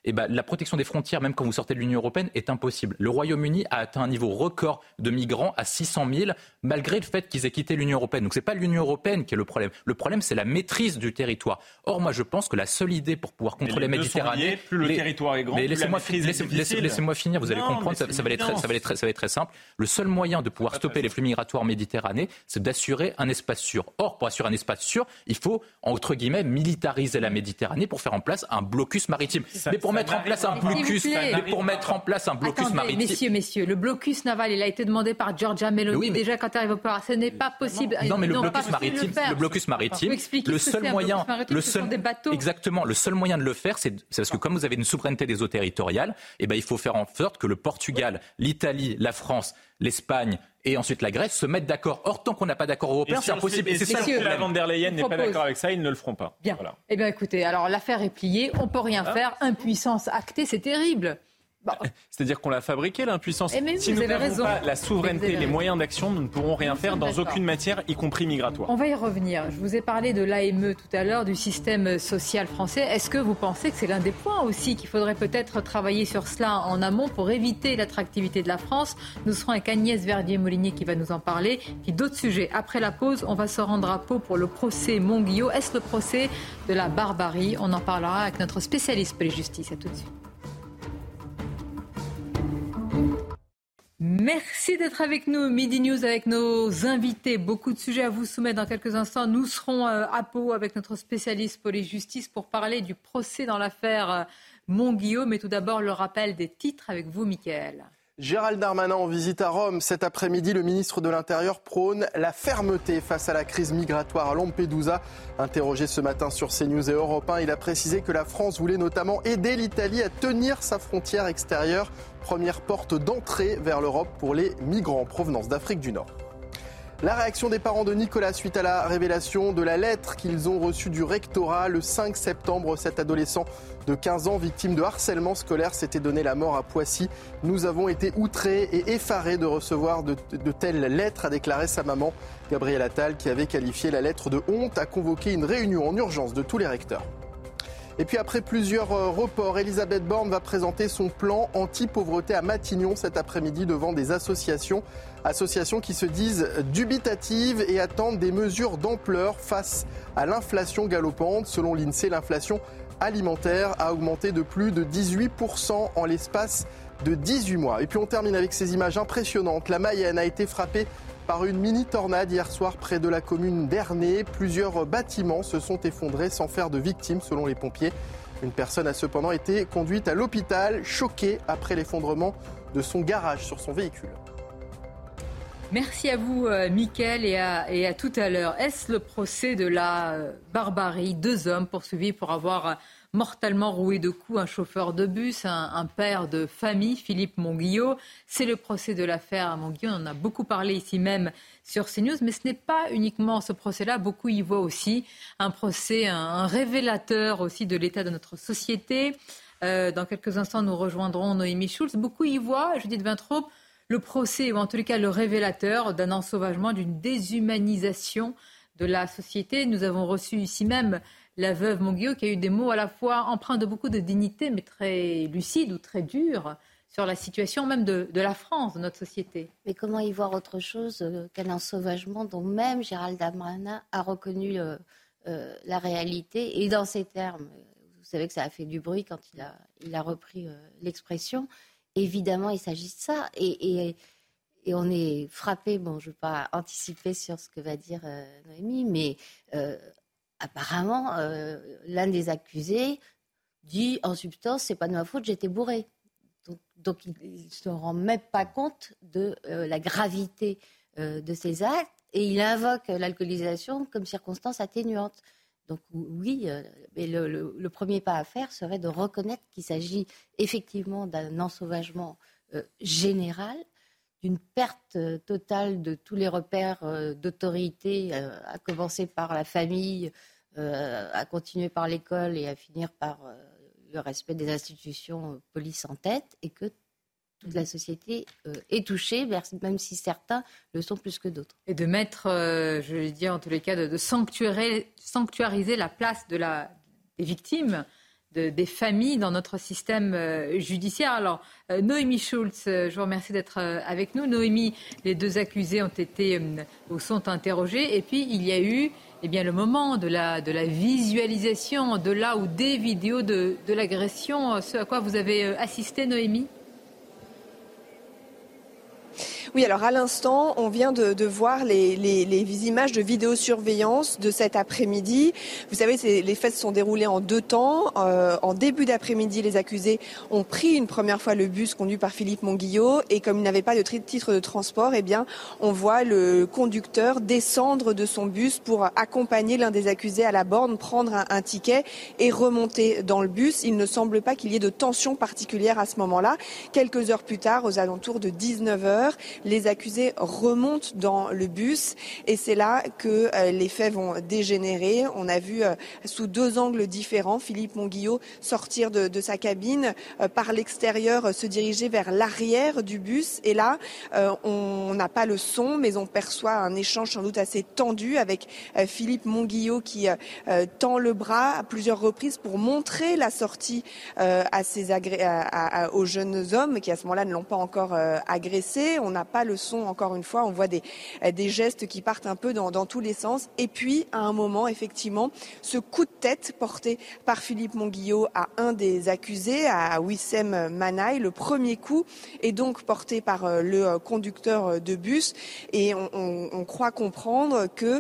la protection des frontières, même quand vous sortez de l'Union européenne, est impossible. Le Royaume-Uni a atteint un niveau record de migrants à 600 000, malgré le fait qu'ils aient quitté l'Union européenne. Donc c'est pas l'Union européenne qui est le problème. Le problème, c'est la maîtrise du territoire. Or, moi, je pense que la seule idée pour pouvoir contrôler la Méditerranée... Plus le territoire est grand, plus la maîtrise est difficile. Laissez-moi finir, vous allez comprendre, ça va être très simple. Le seul moyen de pouvoir stopper les flux migratoires en Méditerranée, c'est d'assurer un espace sûr. Or, pour assurer un espace sûr, il faut, entre guillemets, militariser la Méditerranée pour faire en place un blocus maritime. Mais pour mettre en place un blocus maritime... Messieurs, le blocus naval, il a été demandé par Giorgia Meloni déjà quand elle arrive au pouvoir. Ce n'est pas possible. Non, mais le blocus maritime, le seul moyen... Exactement, le seul moyen de le faire, c'est parce que comme vous avez une souveraineté des eaux territoriales, il faut faire en sorte que le Portugal, l'Italie, la France, l'Espagne et ensuite la Grèce se mettent d'accord. Or, tant qu'on n'a pas d'accord européen, c'est impossible. Et c'est ça que la von der Leyen n'est pas d'accord avec ça, ils ne le feront pas. Bien. Voilà. Eh bien, écoutez, alors l'affaire est pliée, on ne peut rien faire, impuissance actée, c'est terrible. Bon. C'est-à-dire qu'on l'a fabriqué, l'impuissance. Si nous n'avons pas la souveraineté, les moyens d'action, nous ne pourrons rien faire dans aucune matière, y compris migratoire. On va y revenir. Je vous ai parlé de l'AME tout à l'heure, du système social français. Est-ce que vous pensez que c'est l'un des points aussi qu'il faudrait peut-être travailler sur cela en amont pour éviter l'attractivité de la France? Nous serons avec Agnès Verdier-Molinier qui va nous en parler. Puis d'autres sujets. Après la pause, on va se rendre à Pau pour le procès Monguillot. Est-ce le procès de la barbarie? On en parlera avec notre spécialiste police-justice. À tout de suite. Merci d'être avec nous. Midi News avec nos invités. Beaucoup de sujets à vous soumettre dans quelques instants. Nous serons à Pau avec notre spécialiste police-justice pour parler du procès dans l'affaire Monguillot. Mais tout d'abord, le rappel des titres avec vous, Mickaël. Gérald Darmanin en visite à Rome. Cet après-midi, le ministre de l'Intérieur prône la fermeté face à la crise migratoire à Lampedusa. Interrogé ce matin sur CNews et Europe 1, il a précisé que la France voulait notamment aider l'Italie à tenir sa frontière extérieure. Première porte d'entrée vers l'Europe pour les migrants en provenance d'Afrique du Nord. La réaction des parents de Nicolas suite à la révélation de la lettre qu'ils ont reçue du rectorat le 5 septembre. Cet adolescent de 15 ans, victime de harcèlement scolaire, s'était donné la mort à Poissy. Nous avons été outrés et effarés de recevoir de telles lettres, a déclaré sa maman. Gabriel Attal, qui avait qualifié la lettre de honte, a convoqué une réunion en urgence de tous les recteurs. Et puis après plusieurs reports, Elisabeth Borne va présenter son plan anti-pauvreté à Matignon cet après-midi devant des associations qui se disent dubitatives et attendent des mesures d'ampleur face à l'inflation galopante. Selon l'INSEE, l'inflation alimentaire a augmenté de plus de 18% en l'espace de 18 mois. Et puis on termine avec ces images impressionnantes. La Mayenne a été frappée par une mini-tornade hier soir près de la commune d'Ernée. Plusieurs bâtiments se sont effondrés sans faire de victimes selon les pompiers. Une personne a cependant été conduite à l'hôpital, choquée après l'effondrement de son garage sur son véhicule. Merci à vous, Mickaël, et à tout à l'heure. Est-ce le procès de la barbarie? 2 hommes poursuivis pour avoir mortellement roué de coups un chauffeur de bus, un père de famille, Philippe Monguillot. C'est le procès de l'affaire Monguillot. On en a beaucoup parlé ici même sur CNews, mais ce n'est pas uniquement ce procès-là. Beaucoup y voient aussi un procès, un révélateur aussi de l'état de notre société. Dans quelques instants, nous rejoindrons Noémie Schulz. Beaucoup y voient, Judith Vintraube, le procès, ou en tous les cas le révélateur d'un ensauvagement, d'une déshumanisation de la société. Nous avons reçu ici même la veuve Monguillot qui a eu des mots à la fois empreints de beaucoup de dignité, mais très lucides ou très durs sur la situation même de la France, de notre société. Mais comment y voir autre chose qu'un ensauvagement dont même Gérald Darmanin a reconnu la réalité, et dans ces termes. Vous savez que ça a fait du bruit quand il a repris l'expression. Évidemment, il s'agit de ça. Et on est frappé, bon, je ne veux pas anticiper sur ce que va dire Noémie, mais apparemment, l'un des accusés dit en substance, c'est pas de ma faute, j'étais bourré. Donc il ne se rend même pas compte de la gravité de ses actes et il invoque l'alcoolisation comme circonstance atténuante. Donc oui, mais le premier pas à faire serait de reconnaître qu'il s'agit effectivement d'un ensauvagement général, d'une perte totale de tous les repères d'autorité, à commencer par la famille, à continuer par l'école et à finir par le respect des institutions, police en tête, et que toute la société est touchée, même si certains le sont plus que d'autres. Et de mettre, je vais dire en tous les cas, de sanctuariser la place des victimes, des familles dans notre système judiciaire. Alors, Noémie Schulz, je vous remercie d'être avec nous. Noémie, les 2 accusés sont interrogés. Et puis, il y a eu le moment de la visualisation de là ou des vidéos de l'agression. Ce à quoi vous avez assisté, Noémie ? Oui, alors à l'instant, on vient de voir les images de vidéosurveillance de cet après-midi. Vous savez, les faits se sont déroulés en 2 temps. En début d'après-midi, les accusés ont pris une première fois le bus conduit par Philippe Monguillot et comme il n'avait pas de titre de transport, on voit le conducteur descendre de son bus pour accompagner l'un des accusés à la borne, prendre un ticket et remonter dans le bus. Il ne semble pas qu'il y ait de tension particulière à ce moment-là. Quelques heures plus tard, aux alentours de 19h, les accusés remontent dans le bus et c'est là que les faits vont dégénérer. On a vu sous 2 angles différents Philippe Monguillot sortir de sa cabine, par l'extérieur se diriger vers l'arrière du bus et là on n'a pas le son mais on perçoit un échange sans doute assez tendu avec Philippe Monguillot qui tend le bras à plusieurs reprises pour montrer la sortie aux jeunes hommes qui à ce moment-là ne l'ont pas encore agressé. On n'a pas le son, encore une fois, on voit des gestes qui partent un peu dans tous les sens. Et puis, à un moment, effectivement, ce coup de tête porté par Philippe Monguillot à un des accusés, à Wissem Manaï, le premier coup est donc porté par le conducteur de bus. Et on croit comprendre que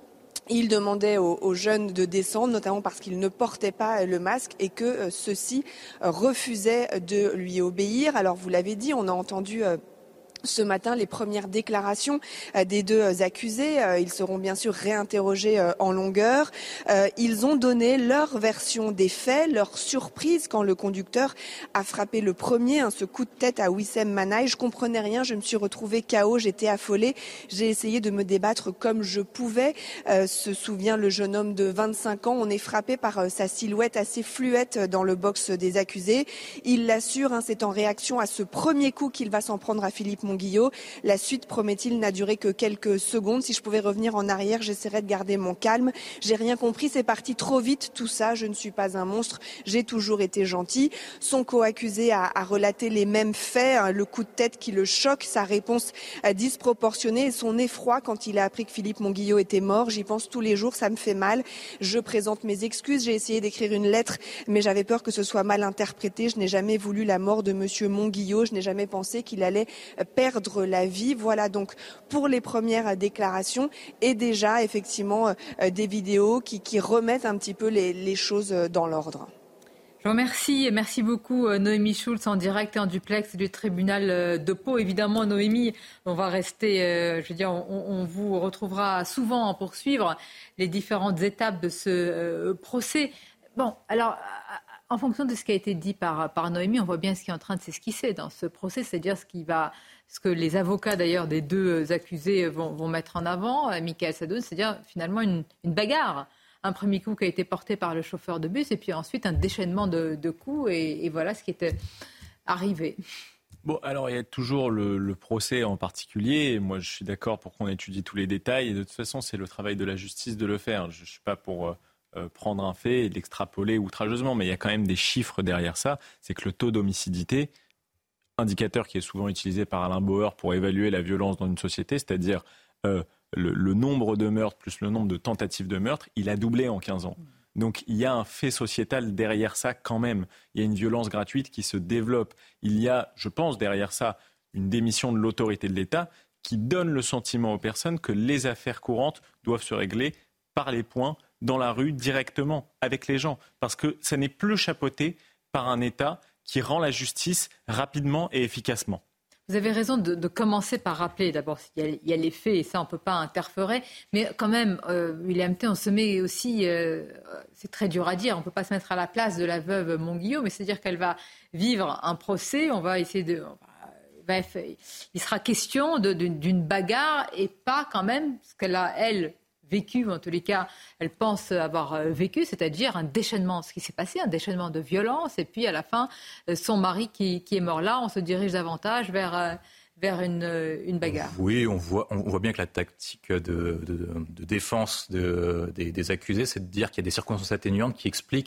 il demandait aux jeunes de descendre, notamment parce qu'ils ne portaient pas le masque et que ceux-ci refusaient de lui obéir. Alors, vous l'avez dit, on a entendu ce matin les premières déclarations des 2 accusés. Ils seront bien sûr réinterrogés en longueur. Ils ont donné leur version des faits, leur surprise quand le conducteur a frappé le premier, ce coup de tête à Wissem Manaï. Je comprenais rien, je me suis retrouvée KO, j'étais affolée. J'ai essayé de me débattre comme je pouvais. Se souvient le jeune homme de 25 ans. On est frappé par sa silhouette assez fluette dans le box des accusés. Il l'assure, c'est en réaction à ce premier coup qu'il va s'en prendre à Philippe Monguillot. La suite, promet-il, n'a duré que quelques secondes. Si je pouvais revenir en arrière, j'essaierais de garder mon calme. J'ai rien compris, c'est parti trop vite tout ça. Je ne suis pas un monstre, j'ai toujours été gentil. Son co-accusé a relaté les mêmes faits, le coup de tête qui le choque, sa réponse disproportionnée et son effroi quand il a appris que Philippe Monguillot était mort. J'y pense tous les jours, ça me fait mal. Je présente mes excuses, j'ai essayé d'écrire une lettre, mais j'avais peur que ce soit mal interprété. Je n'ai jamais voulu la mort de monsieur Monguillot, je n'ai jamais pensé qu'il allait perdre la vie. Voilà donc pour les premières déclarations et déjà effectivement des vidéos qui remettent un petit peu les choses dans l'ordre. Je vous remercie. Merci beaucoup Noémie Schulz en direct et en duplex du tribunal de Pau. Évidemment Noémie, on va rester, on vous retrouvera souvent pour suivre les différentes étapes de ce procès. Bon, alors en fonction de ce qui a été dit par Noémie, on voit bien ce qui est en train de s'esquisser dans ce procès, c'est-à-dire ce que les avocats d'ailleurs des 2 accusés vont mettre en avant, Michael Sadoun, c'est-à-dire finalement une bagarre. Un premier coup qui a été porté par le chauffeur de bus et puis ensuite un déchaînement de coups et voilà ce qui était arrivé. Bon, alors il y a toujours le procès en particulier. Moi, je suis d'accord pour qu'on étudie tous les détails et de toute façon, c'est le travail de la justice de le faire. Je ne suis pas pour prendre un fait et l'extrapoler outrageusement, mais il y a quand même des chiffres derrière ça. C'est que le taux d'homicidité, indicateur qui est souvent utilisé par Alain Bauer pour évaluer la violence dans une société, c'est-à-dire le nombre de meurtres plus le nombre de tentatives de meurtre, il a doublé en 15 ans. Donc il y a un fait sociétal derrière ça quand même. Il y a une violence gratuite qui se développe. Il y a, je pense, derrière ça, une démission de l'autorité de l'État qui donne le sentiment aux personnes que les affaires courantes doivent se régler par les poings, dans la rue, directement, avec les gens. Parce que ça n'est plus chapeauté par un État qui rend la justice rapidement et efficacement. Vous avez raison de commencer par rappeler d'abord il y a les faits et ça on ne peut pas interférer, mais quand même, William T, on se met aussi, c'est très dur à dire, on ne peut pas se mettre à la place de la veuve Monguillot, mais c'est-à-dire qu'elle va vivre un procès, on va essayer il sera question d'une bagarre et pas quand même ce qu'elle a, elle, vécu, ou en tous les cas, elle pense avoir vécu, c'est-à-dire un déchaînement, ce qui s'est passé, un déchaînement de violence, et puis à la fin, son mari qui est mort là, on se dirige davantage vers une bagarre. Oui, on voit bien que la tactique de défense des accusés, c'est de dire qu'il y a des circonstances atténuantes qui expliquent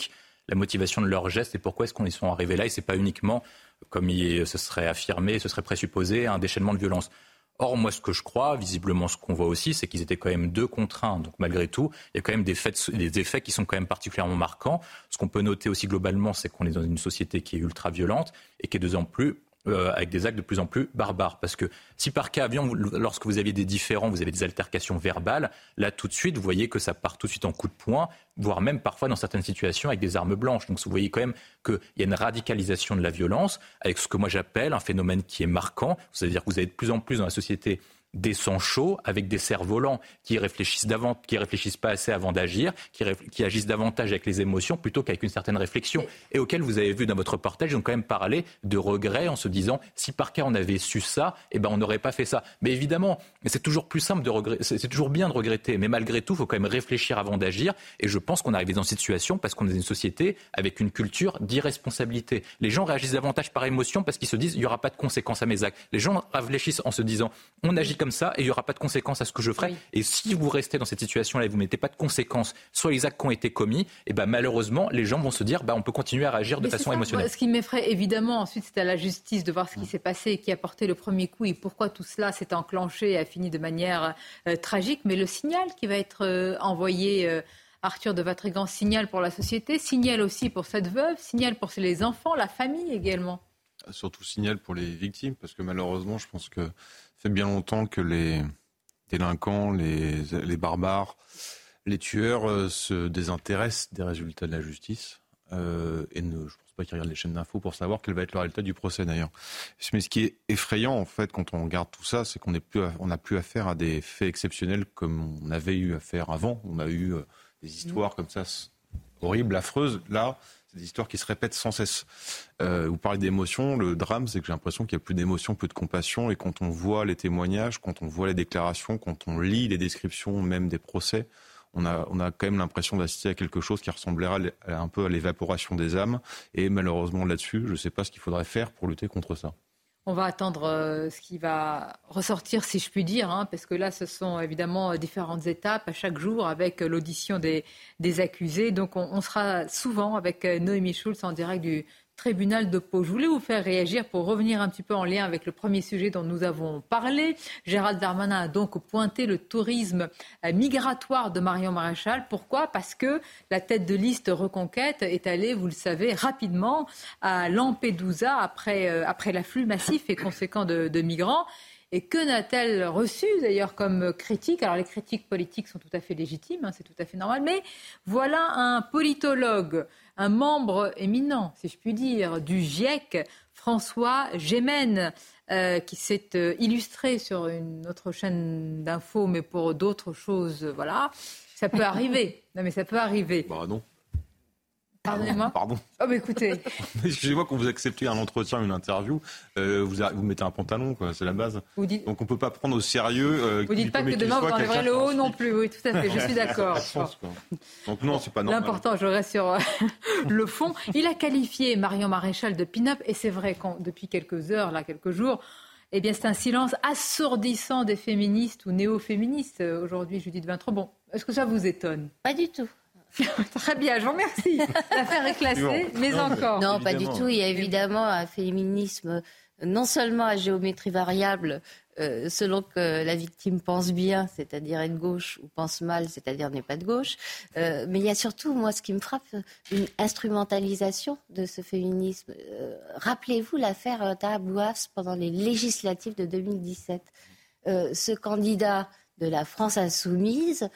la motivation de leurs gestes et pourquoi est-ce qu'on y sont arrivés là. Et c'est pas uniquement, comme ce serait affirmé, ce serait présupposé, un déchaînement de violence. Or, moi, ce que je crois, visiblement, ce qu'on voit aussi, c'est qu'ils étaient quand même 2 contre 1. Donc, malgré tout, il y a quand même des effets qui sont quand même particulièrement marquants. Ce qu'on peut noter aussi globalement, c'est qu'on est dans une société qui est ultra violente et qui est de plus en plus avec des actes de plus en plus barbares. Parce que si par cas avion, lorsque vous aviez des différends, vous avez des altercations verbales, là tout de suite, vous voyez que ça part tout de suite en coup de poing, voire même parfois dans certaines situations avec des armes blanches. Donc vous voyez quand même qu'il y a une radicalisation de la violence, avec ce que moi j'appelle un phénomène qui est marquant. C'est-à-dire que vous avez de plus en plus dans la société des sangs chauds avec des cerfs-volants qui réfléchissent pas assez avant d'agir, qui agissent davantage avec les émotions plutôt qu'avec une certaine réflexion, et auquel vous avez vu dans votre reportage, ils ont quand même parlé de regrets en se disant si par cas on avait su ça, on n'aurait pas fait ça. Mais évidemment, c'est toujours plus simple de regretter, c'est toujours bien de regretter, mais malgré tout, il faut quand même réfléchir avant d'agir, et je pense qu'on est arrivé dans cette situation parce qu'on est une société avec une culture d'irresponsabilité. Les gens réagissent davantage par émotion parce qu'ils se disent il n'y aura pas de conséquences à mes actes. Les gens réfléchissent en se disant on agit comme ça et il n'y aura pas de conséquences à ce que je ferai. Oui. Et si vous restez dans cette situation-là et vous ne mettez pas de conséquences sur les actes qui ont été commis, malheureusement, les gens vont se dire on peut continuer à réagir de façon émotionnelle. Ce qui m'effraie, évidemment, ensuite, c'est à la justice de voir ce qui s'est passé, qui a porté le premier coup et pourquoi tout cela s'est enclenché et a fini de manière tragique. Mais le signal qui va être envoyé, Arthur de Vatrigan, signal pour la société, signal aussi pour cette veuve, signal pour les enfants, la famille également. Surtout signal pour les victimes, parce que malheureusement, je pense que ça fait bien longtemps que les délinquants, les barbares, les tueurs se désintéressent des résultats de la justice je ne pense pas qu'ils regardent les chaînes d'infos pour savoir quel va être le résultat du procès d'ailleurs. Mais ce qui est effrayant en fait quand on regarde tout ça, c'est qu'on n'a plus affaire à des faits exceptionnels comme on avait eu affaire avant. On a eu des histoires comme ça horribles, affreuses. Là, c'est des histoires qui se répètent sans cesse. Vous parlez d'émotion, le drame, c'est que j'ai l'impression qu'il n'y a plus d'émotion, plus de compassion. Et quand on voit les témoignages, quand on voit les déclarations, quand on lit les descriptions même des procès, on a quand même l'impression d'assister à quelque chose qui ressemblera un peu à l'évaporation des âmes. Et malheureusement là-dessus, je ne sais pas ce qu'il faudrait faire pour lutter contre ça. On va attendre ce qui va ressortir, si je puis dire, parce que là, ce sont évidemment différentes étapes à chaque jour avec l'audition des accusés. Donc, on sera souvent avec Noémie Schulz en direct du tribunal de Pau. Je voulais vous faire réagir pour revenir un petit peu en lien avec le premier sujet dont nous avons parlé. Gérald Darmanin a donc pointé le tourisme migratoire de Marion Maréchal. Pourquoi ? Parce que la tête de liste Reconquête est allée, vous le savez, rapidement à Lampedusa après l'afflux massif et conséquent de migrants. Et que n'a-t-elle reçu d'ailleurs comme critique ? Alors les critiques politiques sont tout à fait légitimes, c'est tout à fait normal, mais voilà un politologue, un membre éminent, si je puis dire, du GIEC, François Gémen, qui s'est illustré sur une autre chaîne d'infos, mais pour d'autres choses, voilà. Ça peut arriver. Non mais ça peut arriver. Bah non. Pardonnez-moi. Pardon. Oh, mais écoutez. Excusez-moi, quand vous acceptez un entretien, une interview, vous mettez un pantalon, quoi, c'est la base. Donc on ne peut pas prendre au sérieux. Vous ne dites pas que demain vous enlèverez le haut non plus. Oui, tout à fait, je suis d'accord. Donc non, c'est pas normal. L'important, je reste sur le fond. Il a qualifié Marion Maréchal de pin-up, et c'est vrai que depuis quelques heures, quelques jours, c'est un silence assourdissant des féministes ou néo-féministes. Aujourd'hui, Judith Vintraud. Bon, est-ce que ça vous étonne ? Pas du tout. Très bien, je vous remercie. L'affaire est classée, mais encore. Non, pas du tout. Il y a évidemment un féminisme non seulement à géométrie variable, selon que la victime pense bien, c'est-à-dire est de gauche, ou pense mal, c'est-à-dire n'est pas de gauche. Mais il y a surtout, moi, ce qui me frappe, une instrumentalisation de ce féminisme. Rappelez-vous l'affaire Taha Bouafs pendant les législatives de 2017. Ce candidat de la France insoumise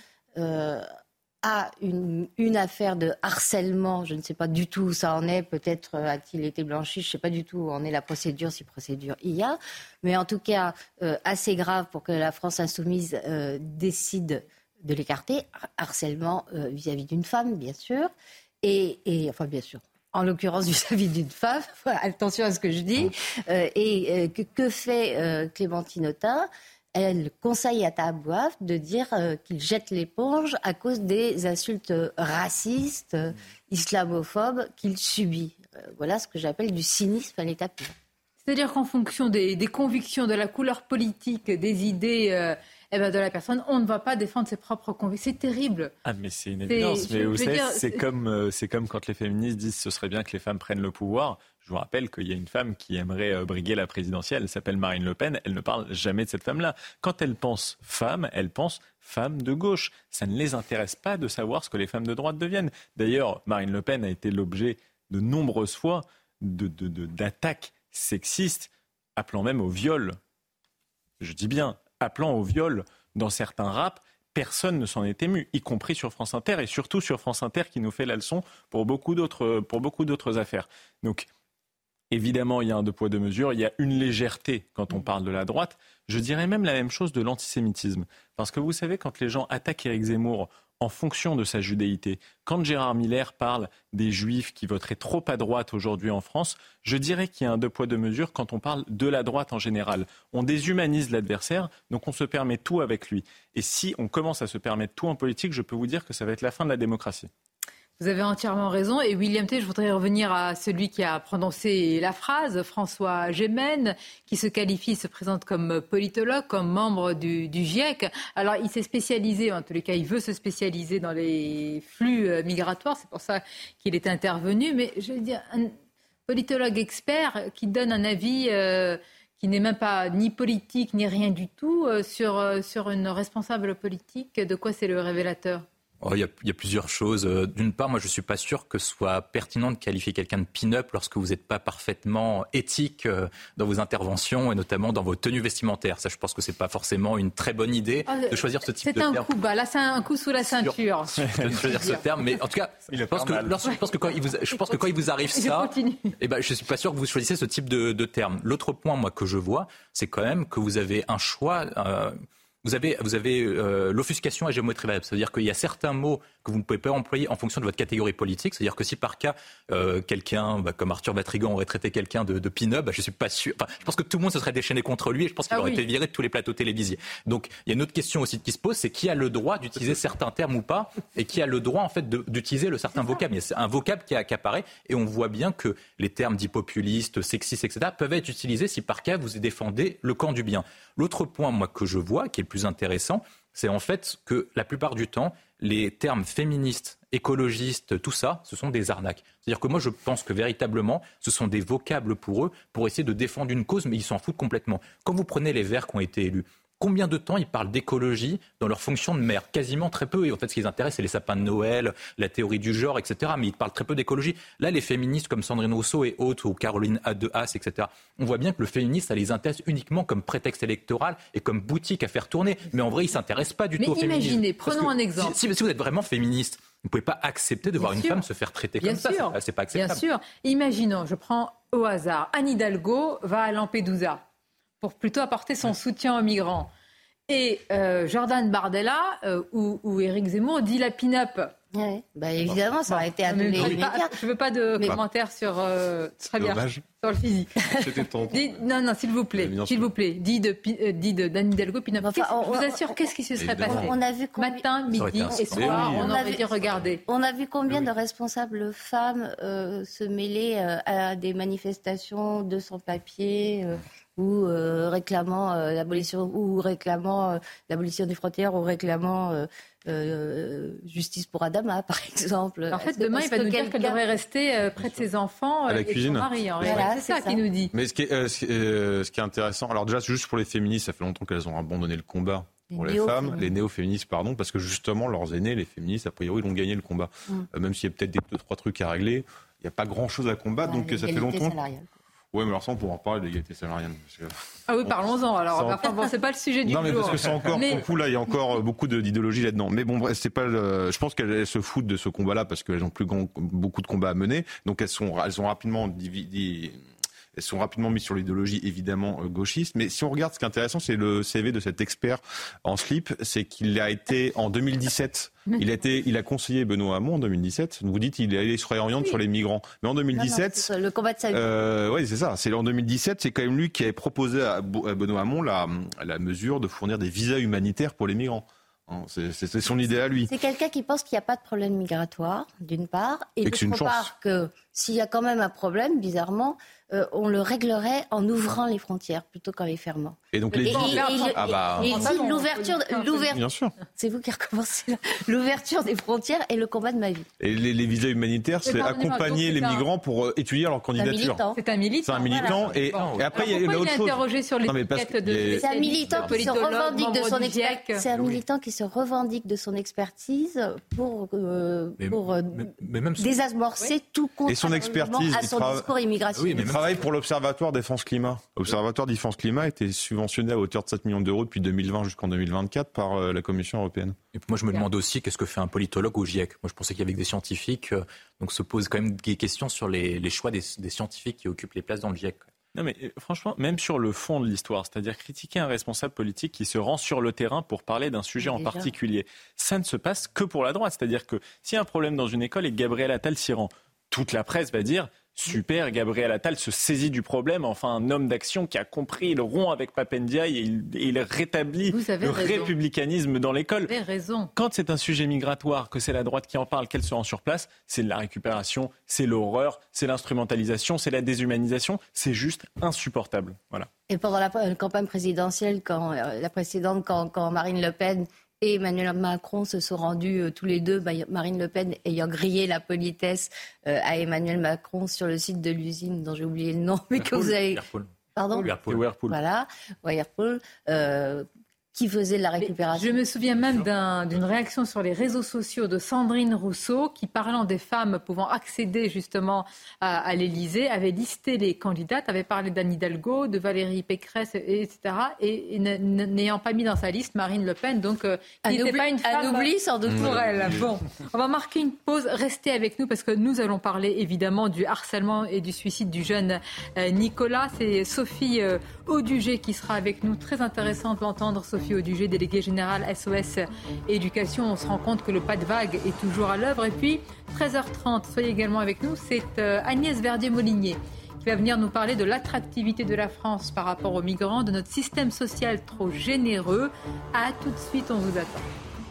a une affaire de harcèlement, je ne sais pas du tout où ça en est, peut-être a-t-il été blanchi, je ne sais pas du tout où en est la procédure, si procédure il y a, mais en tout cas assez grave pour que la France insoumise décide de l'écarter, harcèlement vis-à-vis d'une femme, bien sûr, et enfin bien sûr, en l'occurrence vis-à-vis d'une femme, attention à ce que je dis, que fait Clémentine Autain ? Elle conseille à Taha Bouaf de dire qu'il jette l'éponge à cause des insultes racistes, islamophobes qu'il subit. Voilà ce que j'appelle du cynisme à l'état pur. C'est-à-dire qu'en fonction des convictions, de la couleur politique, des idées, de la personne. On ne va pas défendre ses propres convictions. C'est terrible. Ah, mais c'est une évidence. Mais vous savez, c'est comme quand les féministes disent ce serait bien que les femmes prennent le pouvoir. Je vous rappelle qu'il y a une femme qui aimerait briguer la présidentielle. Elle s'appelle Marine Le Pen. Elle ne parle jamais de cette femme-là. Quand elle pense femme, elle pense femme de gauche. Ça ne les intéresse pas de savoir ce que les femmes de droite deviennent. D'ailleurs, Marine Le Pen a été l'objet de nombreuses fois d'attaques sexistes, appelant même au viol. Je dis bien, appelant au viol dans certains raps. Personne ne s'en est ému, y compris sur France Inter, et surtout sur France Inter qui nous fait la leçon pour beaucoup d'autres affaires. Donc, évidemment, il y a un deux poids, deux mesures, il y a une légèreté quand on parle de la droite. Je dirais même la même chose de l'antisémitisme. Parce que vous savez, quand les gens attaquent Éric Zemmour en fonction de sa judéité, quand Gérard Miller parle des juifs qui voteraient trop à droite aujourd'hui en France, je dirais qu'il y a un deux poids, deux mesures quand on parle de la droite en général. On déshumanise l'adversaire, donc on se permet tout avec lui. Et si on commence à se permettre tout en politique, je peux vous dire que ça va être la fin de la démocratie. Vous avez entièrement raison. Et William T, je voudrais revenir à celui qui a prononcé la phrase, François Gémen, qui se présente comme politologue, comme membre du GIEC. Alors, il s'est spécialisé, en tous les cas, il veut se spécialiser dans les flux migratoires. C'est pour ça qu'il est intervenu. Mais je veux dire, un politologue expert qui donne un avis qui n'est même pas ni politique, ni rien du tout, sur une responsable politique, de quoi c'est le révélateur ? Il y a plusieurs choses. D'une part, moi, je ne suis pas sûr que ce soit pertinent de qualifier quelqu'un de pin-up lorsque vous n'êtes pas parfaitement éthique dans vos interventions et notamment dans vos tenues vestimentaires. Ça, je pense que ce n'est pas forcément une très bonne idée de choisir ce type de terme. C'est un coup bas. Là, c'est un coup sous la ceinture. De choisir ce terme. Mais en tout cas, je pense que quand il vous arrive ça, je ne suis pas sûr que vous choisissez ce type de terme. L'autre point, moi, que je vois, c'est quand même que vous avez un choix... Vous avez l'offuscation à géométrie variable. C'est-à-dire qu'il y a certains mots que vous ne pouvez pas employer en fonction de votre catégorie politique. C'est-à-dire que si par cas, quelqu'un comme Arthur Vatrigan aurait traité quelqu'un de pin-up, je suis pas sûr. Enfin, je pense que tout le monde se serait déchaîné contre lui et je pense qu'il aurait été viré de tous les plateaux télévisés. Donc il y a une autre question aussi qui se pose, c'est qui a le droit d'utiliser certains termes ou pas et qui a le droit en fait d'utiliser le certain vocable. Il y a un vocable qui apparaît et on voit bien que les termes dits populistes, sexistes, etc. peuvent être utilisés si par cas vous défendez le camp du bien. L'autre point, moi, que je vois, qui est le plus intéressant, c'est en fait que la plupart du temps, les termes féministes, écologistes, tout ça, ce sont des arnaques. C'est-à-dire que moi, je pense que véritablement, ce sont des vocables pour eux, pour essayer de défendre une cause, mais ils s'en foutent complètement. Quand vous prenez les Verts qui ont été élus, combien de temps ils parlent d'écologie dans leur fonction de maire ? Quasiment très peu. Et en fait, ce qui les intéresse, c'est les sapins de Noël, la théorie du genre, etc. Mais ils parlent très peu d'écologie. Là, les féministes comme Sandrine Rousseau et autres, ou Caroline de Haas, etc., on voit bien que le féministe, ça les intéresse uniquement comme prétexte électoral et comme boutique à faire tourner. Mais en vrai, ils ne s'intéressent pas du tout au féminisme. Mais imaginez, prenons un exemple. Si vous êtes vraiment féministe, vous ne pouvez pas accepter de voir une femme se faire traiter comme ça. C'est pas acceptable. Bien sûr. Imaginons, je prends au hasard, Anne Hidalgo va à Lampedusa pour plutôt apporter son soutien aux migrants. Et Jordan Bardella ou Éric Zemmour dit la pin-up. Oui, évidemment, ça aurait été à tous les médias. Je ne veux pas de commentaires sur, très bien, sur le physique. C'était ton... Non, s'il vous plaît. Dit d'Anne Hidalgo, pin-up. Je vous assure, qu'est-ce qui se serait passé on a vu matin, midi et soir, on aurait dit regarder. On a vu combien de responsables femmes se mêler à des manifestations de sans-papiers ou réclamant l'abolition des frontières, ou réclamant justice pour Adama, par exemple. En fait, demain, il va nous dire qu'elle devrait rester près de ses enfants à la et cuisine. de son mari. C'est ça qu'il nous dit. Mais ce qui est intéressant, alors déjà, juste pour les féministes, ça fait longtemps qu'elles ont abandonné le combat. Pour les femmes, les néo-féministes, parce que justement, leurs aînés, les féministes, a priori, ils ont gagné le combat. Même s'il y a peut-être 2-3 trucs à régler, il n'y a pas grand-chose à combattre, donc ça fait longtemps. Oui, mais alors ça, on pourra en parler de l'égalité salariale. Ah oui, parlons-en. Alors, c'est pas le sujet du jour. Non, mais parce que c'est encore beaucoup là, il y a encore beaucoup d'idéologie là-dedans. Mais bon, bref, c'est pas. Je pense qu'elles se foutent de ce combat-là parce qu'elles ont beaucoup de combats à mener. Donc elles sont rapidement divisées. Elles sont rapidement mises sur l'idéologie, évidemment, gauchiste. Mais si on regarde, ce qui est intéressant, c'est le CV de cet expert en slip. C'est qu'il a été, en 2017, il a conseillé Benoît Hamon en 2017. Vous dites qu'il est allé se réorienter sur les migrants. Mais en 2017... le combat de sa vie. Oui, c'est ça. C'est en 2017, c'est quand même lui qui avait proposé à Benoît Hamon la mesure de fournir des visas humanitaires pour les migrants. C'est son idée à lui. C'est quelqu'un qui pense qu'il n'y a pas de problème migratoire, d'une part, et d'autre part que s'il y a quand même un problème, bizarrement, on le réglerait en ouvrant les frontières plutôt qu'en les fermant. Et donc l'ouverture, bien sûr. C'est vous qui recommencez là. L'ouverture des frontières est le combat de ma vie. Et les visas humanitaires, c'est accompagner les migrants pour étudier leur candidature. C'est un militant. C'est un militant. Voilà. Et après, il y a une autre chose. Interrogé sur l'étiquette de. C'est un militant qui se revendique de son expertise. C'est un militant qui se revendique de son expertise pour désamorcer tout contrairement à son discours immigration. Il travaille pour l'Observatoire Défense Climat. L'Observatoire Défense Climat était subventionné à hauteur de 7 millions d'euros depuis 2020 jusqu'en 2024 par la Commission européenne. Et puis moi, je me demande aussi qu'est-ce que fait un politologue au GIEC. Moi, je pensais qu'il y avait des scientifiques, donc se pose quand même des questions sur les choix des scientifiques qui occupent les places dans le GIEC. Non mais franchement, même sur le fond de l'histoire, c'est-à-dire critiquer un responsable politique qui se rend sur le terrain pour parler d'un sujet en particulier, ça ne se passe que pour la droite. C'est-à-dire que s'il y a un problème dans une école et que Gabriel Attal s'y rend, toute la presse va dire « Super, Gabriel Attal se saisit du problème, enfin un homme d'action qui a compris, il rompt avec Pape Ndiaye et il rétablit le républicanisme dans l'école. » Vous avez raison. Quand c'est un sujet migratoire, que c'est la droite qui en parle, qu'elle se rend sur place, c'est de la récupération, c'est l'horreur, c'est l'instrumentalisation, c'est la déshumanisation, c'est juste insupportable. Voilà. Et pendant la campagne présidentielle, la précédente, quand Marine Le Pen et Emmanuel Macron se sont rendus tous les deux, Marine Le Pen ayant grillé la politesse à Emmanuel Macron sur le site de l'usine dont j'ai oublié le nom, mais que vous avez... Pardon ? Whirlpool. Voilà, Whirlpool, qui faisait de la récupération. Je me souviens même d'une réaction sur les réseaux sociaux de Sandrine Rousseau qui, parlant des femmes pouvant accéder justement à l'Élysée, avait listé les candidates, avait parlé d'Anne Hidalgo, de Valérie Pécresse, etc. Et n'ayant pas mis dans sa liste Marine Le Pen, donc qui n'était pas une femme. Un oubli sans doute pour elle. Bon, on va marquer une pause. Restez avec nous parce que nous allons parler évidemment du harcèlement et du suicide du jeune Nicolas. C'est Sophie Audugé qui sera avec nous. Très intéressant d'entendre Sophie Audugé, déléguée générale SOS Éducation. On se rend compte que le pas de vague est toujours à l'œuvre. Et puis, 13h30, soyez également avec nous, c'est Agnès Verdier-Molinier qui va venir nous parler de l'attractivité de la France par rapport aux migrants, de notre système social trop généreux. À tout de suite, on vous attend.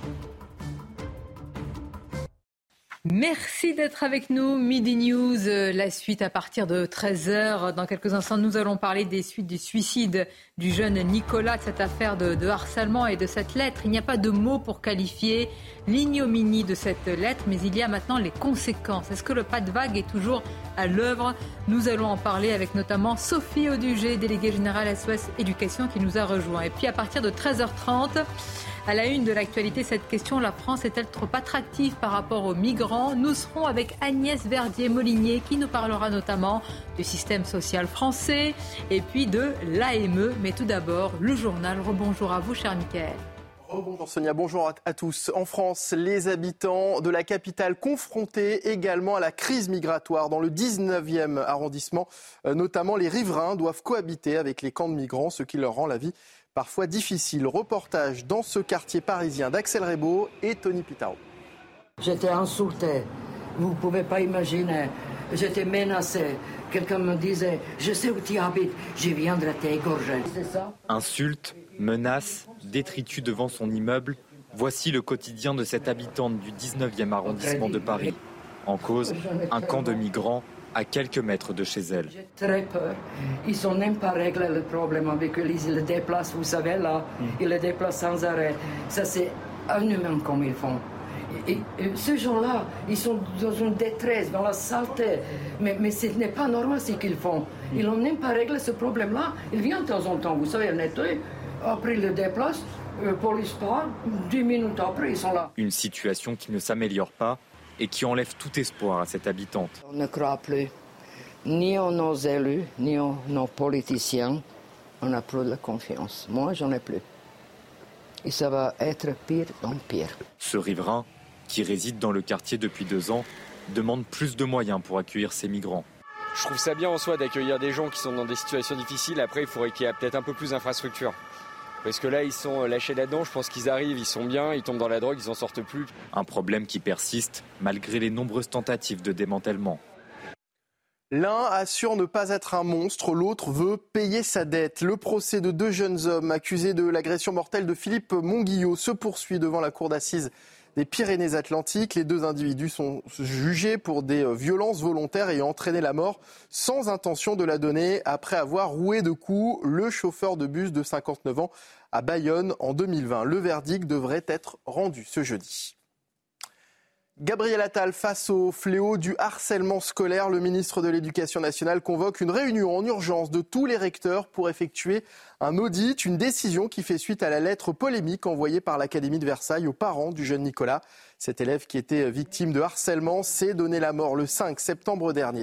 Merci d'être avec nous. Midi News, la suite à partir de 13h. Dans quelques instants, nous allons parler des suites du suicide du jeune Nicolas, de cette affaire de harcèlement et de cette lettre. Il n'y a pas de mots pour qualifier l'ignominie de cette lettre, mais il y a maintenant les conséquences. Est-ce que le pas de vague est toujours à l'œuvre ? Nous allons en parler avec notamment Sophie Audugé, déléguée générale SOS Éducation, qui nous a rejoint. Et puis à partir de 13h30, à la une de l'actualité, cette question, la France est-elle trop attractive par rapport aux migrants ? Nous serons avec Agnès Verdier-Molinier qui nous parlera notamment du système social français et puis de l'AME. Mais tout d'abord, le journal. Rebonjour à vous, cher Mickaël. Bonjour Sonia, bonjour à tous. En France, les habitants de la capitale confrontés également à la crise migratoire. Dans le 19e arrondissement, notamment les riverains doivent cohabiter avec les camps de migrants, ce qui leur rend la vie parfois difficile. Reportage dans ce quartier parisien d'Axel Rebaud et Tony Pitaro. J'étais insulté, vous ne pouvez pas imaginer. J'étais menacé. Quelqu'un me disait « Je sais où tu habites, je viendrai t'égorger ». Insultes, menaces, détritus devant son immeuble. Voici le quotidien de cette habitante du 19e arrondissement de Paris. En cause, un camp de migrants à quelques mètres de chez elle. J'ai très peur. Ils sont même pas réglé le problème avec eux. Ils le déplacent, vous savez, là. Ils le déplacent sans arrêt. Ça, c'est inhumain comme ils font. Et ces gens-là, ils sont dans une détresse, dans la saleté. Mais ce n'est pas normal ce qu'ils font. Ils n'ont même pas réglé ce problème-là. Ils viennent de temps en temps, vous savez, nettoyer. Après, ils le déplacent. Police part. 10 minutes après, ils sont là. Une situation qui ne s'améliore pas et qui enlève tout espoir à cette habitante. On ne croit plus ni en nos élus, ni en nos politiciens. On n'a plus de confiance. Moi, j'en ai plus. Et ça va être pire en pire. Ce riverain, qui réside dans le quartier depuis 2 ans, demande plus de moyens pour accueillir ces migrants. Je trouve ça bien en soi d'accueillir des gens qui sont dans des situations difficiles. Après, il faudrait qu'il y ait peut-être un peu plus d'infrastructures. Parce que là, ils sont lâchés là-dedans, je pense qu'ils arrivent, ils sont bien, ils tombent dans la drogue, ils n'en sortent plus. Un problème qui persiste malgré les nombreuses tentatives de démantèlement. L'un assure ne pas être un monstre, l'autre veut payer sa dette. Le procès de 2 jeunes hommes accusés de l'agression mortelle de Philippe Monguillot se poursuit devant la cour d'assises des Pyrénées-Atlantiques. Les 2 individus sont jugés pour des violences volontaires ayant entraîné la mort sans intention de la donner après avoir roué de coups le chauffeur de bus de 59 ans à Bayonne en 2020. Le verdict devrait être rendu ce jeudi. Gabriel Attal, face au fléau du harcèlement scolaire, le ministre de l'Éducation nationale convoque une réunion en urgence de tous les recteurs pour effectuer un audit, une décision qui fait suite à la lettre polémique envoyée par l'Académie de Versailles aux parents du jeune Nicolas. Cet élève qui était victime de harcèlement s'est donné la mort le 5 septembre dernier.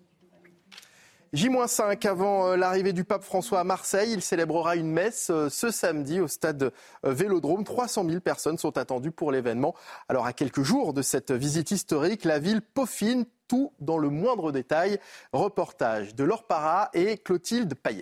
J-5 avant l'arrivée du pape François à Marseille. Il célébrera une messe ce samedi au stade Vélodrome. 300 000 personnes sont attendues pour l'événement. Alors à quelques jours de cette visite historique, la ville peaufine tout dans le moindre détail. Reportage de Laure Parra et Clotilde Paillet.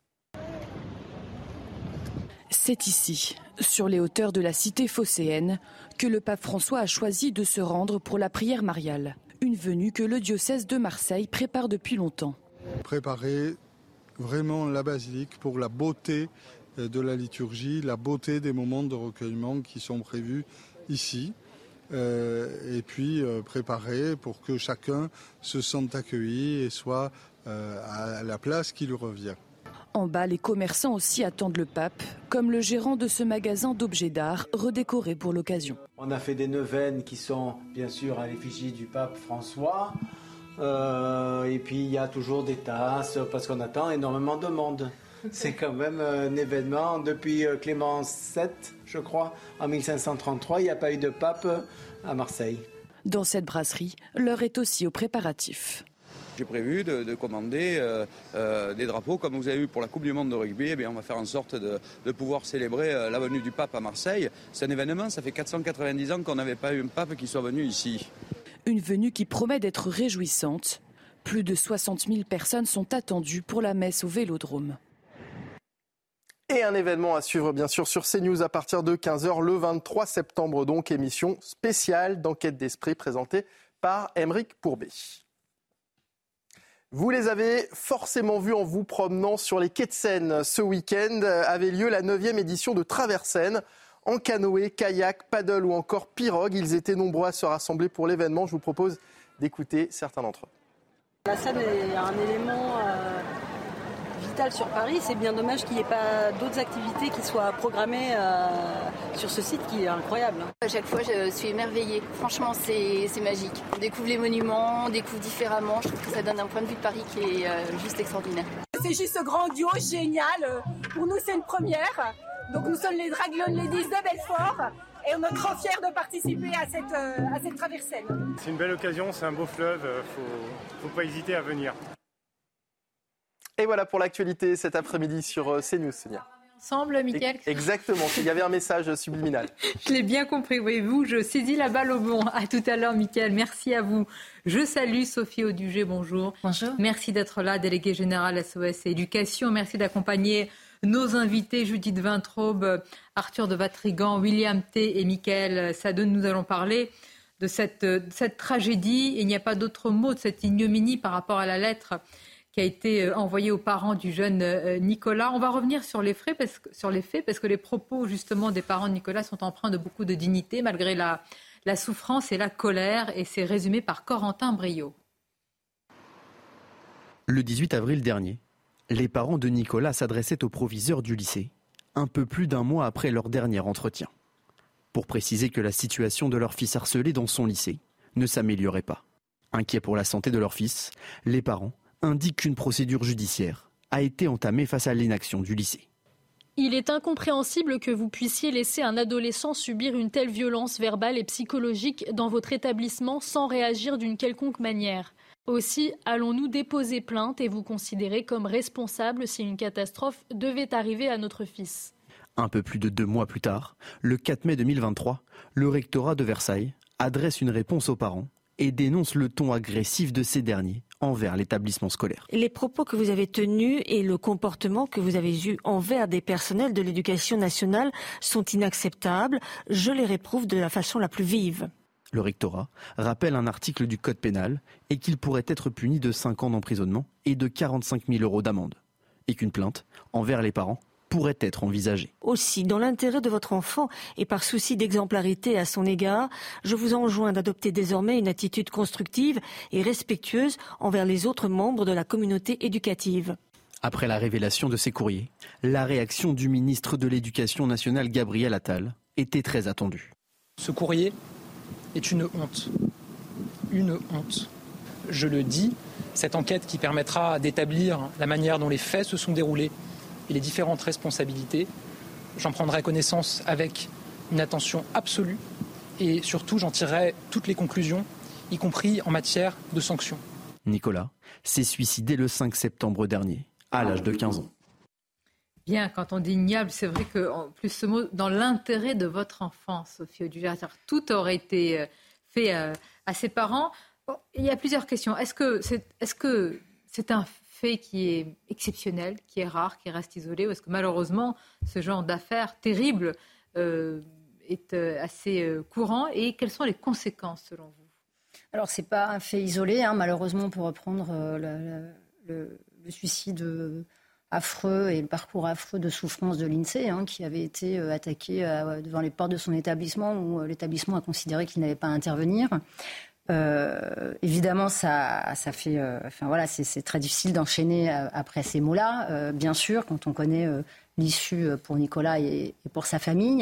C'est ici, sur les hauteurs de la cité phocéenne, que le pape François a choisi de se rendre pour la prière mariale. Une venue que le diocèse de Marseille prépare depuis longtemps. Préparer vraiment la basilique pour la beauté de la liturgie, la beauté des moments de recueillement qui sont prévus ici. Et puis préparer pour que chacun se sente accueilli et soit à la place qui lui revient. En bas, les commerçants aussi attendent le pape, comme le gérant de ce magasin d'objets d'art redécoré pour l'occasion. On a fait des neuvaines qui sont bien sûr à l'effigie du pape François. Et puis il y a toujours des tasses parce qu'on attend énormément de monde. C'est quand même un événement. Depuis Clément VII, je crois, en 1533, il n'y a pas eu de pape à Marseille. Dans cette brasserie, l'heure est aussi aux préparatifs. J'ai prévu de commander des drapeaux comme vous avez eu pour la Coupe du Monde de rugby. Eh bien, on va faire en sorte de pouvoir célébrer la venue du pape à Marseille. C'est un événement, ça fait 490 ans qu'on n'avait pas eu un pape qui soit venu ici. Une venue qui promet d'être réjouissante. Plus de 60 000 personnes sont attendues pour la messe au Vélodrome. Et un événement à suivre bien sûr sur CNews à partir de 15h le 23 septembre. Donc émission spéciale d'Enquête d'Esprit présentée par Aymeric Pourbet. Vous les avez forcément vus en vous promenant sur les quais de Seine. Ce week-end avait lieu la 9e édition de Traverseine. En canoë, kayak, paddle ou encore pirogue, ils étaient nombreux à se rassembler pour l'événement. Je vous propose d'écouter certains d'entre eux. La Seine est un élément vital sur Paris. C'est bien dommage qu'il n'y ait pas d'autres activités qui soient programmées sur ce site qui est incroyable. À chaque fois, je suis émerveillée. Franchement, c'est magique. On découvre les monuments, on découvre différemment. Je trouve que ça donne un point de vue de Paris qui est juste extraordinaire. C'est juste grandiose, génial. Pour nous, c'est une première. Donc nous sommes les Draglion Ladies de Belfort et on est trop fiers de participer à cette traversée. C'est une belle occasion, c'est un beau fleuve, faut pas hésiter à venir. Et voilà pour l'actualité cet après-midi sur CNews, Sonia. Ensemble, Mickaël. Exactement, il y avait un message subliminal. Je l'ai bien compris, voyez-vous, je saisis la balle au bon. À tout à l'heure, Mickaël, merci à vous. Je salue Sophie Audugé, bonjour. Bonjour. Merci d'être là, déléguée générale SOS Éducation. Merci d'accompagner nos invités, Judith Vintraube, Arthur de Vatrigan, William T. et Mickaël Sadoun. Nous allons parler de cette tragédie. Il n'y a pas d'autre mot de cette ignominie par rapport à la lettre qui a été envoyée aux parents du jeune Nicolas. On va revenir sur les faits parce que les propos justement des parents de Nicolas sont empreints de beaucoup de dignité malgré la souffrance et la colère. Et c'est résumé par Corentin Brio. Le 18 avril dernier, les parents de Nicolas s'adressaient au proviseur du lycée, un peu plus d'un mois après leur dernier entretien, pour préciser que la situation de leur fils harcelé dans son lycée ne s'améliorait pas. Inquiets pour la santé de leur fils, les parents indiquent qu'une procédure judiciaire a été entamée face à l'inaction du lycée. Il est incompréhensible que vous puissiez laisser un adolescent subir une telle violence verbale et psychologique dans votre établissement sans réagir d'une quelconque manière. Aussi, allons-nous déposer plainte et vous considérer comme responsable si une catastrophe devait arriver à notre fils. Un peu plus de 2 mois plus tard, le 4 mai 2023, le rectorat de Versailles adresse une réponse aux parents et dénonce le ton agressif de ces derniers envers l'établissement scolaire. Les propos que vous avez tenus et le comportement que vous avez eu envers des personnels de l'éducation nationale sont inacceptables. Je les réprouve de la façon la plus vive. Le rectorat rappelle un article du Code pénal et qu'il pourrait être puni de 5 ans d'emprisonnement et de 45 000 € d'amende. Et qu'une plainte envers les parents pourrait être envisagée. Aussi, dans l'intérêt de votre enfant et par souci d'exemplarité à son égard, je vous enjoins d'adopter désormais une attitude constructive et respectueuse envers les autres membres de la communauté éducative. Après la révélation de ces courriers, la réaction du ministre de l'Éducation nationale Gabriel Attal était très attendue. Ce courrier est une honte. Une honte. Je le dis, cette enquête qui permettra d'établir la manière dont les faits se sont déroulés et les différentes responsabilités, j'en prendrai connaissance avec une attention absolue et surtout j'en tirerai toutes les conclusions, y compris en matière de sanctions. Nicolas s'est suicidé le 5 septembre dernier, à l'âge de 15 ans. Bien, quand on dit ignoble, c'est vrai qu'en plus ce mot, dans l'intérêt de votre enfant, Sophie Audugert, tout aurait été fait à ses parents. Bon, il y a plusieurs questions. Est-ce que c'est un fait qui est exceptionnel, qui est rare, qui reste isolé, ou est-ce que malheureusement ce genre d'affaires terribles est assez courant, et quelles sont les conséquences selon vous? Alors c'est pas un fait isolé, malheureusement, pour reprendre le suicide affreux et le parcours affreux de souffrance de l'INSEE, qui avait été attaqué devant les portes de son établissement, où l'établissement a considéré qu'il n'avait pas à intervenir. Évidemment, ça fait. C'est très difficile d'enchaîner après ces mots-là, bien sûr, quand on connaît l'issue pour Nicolas et pour sa famille.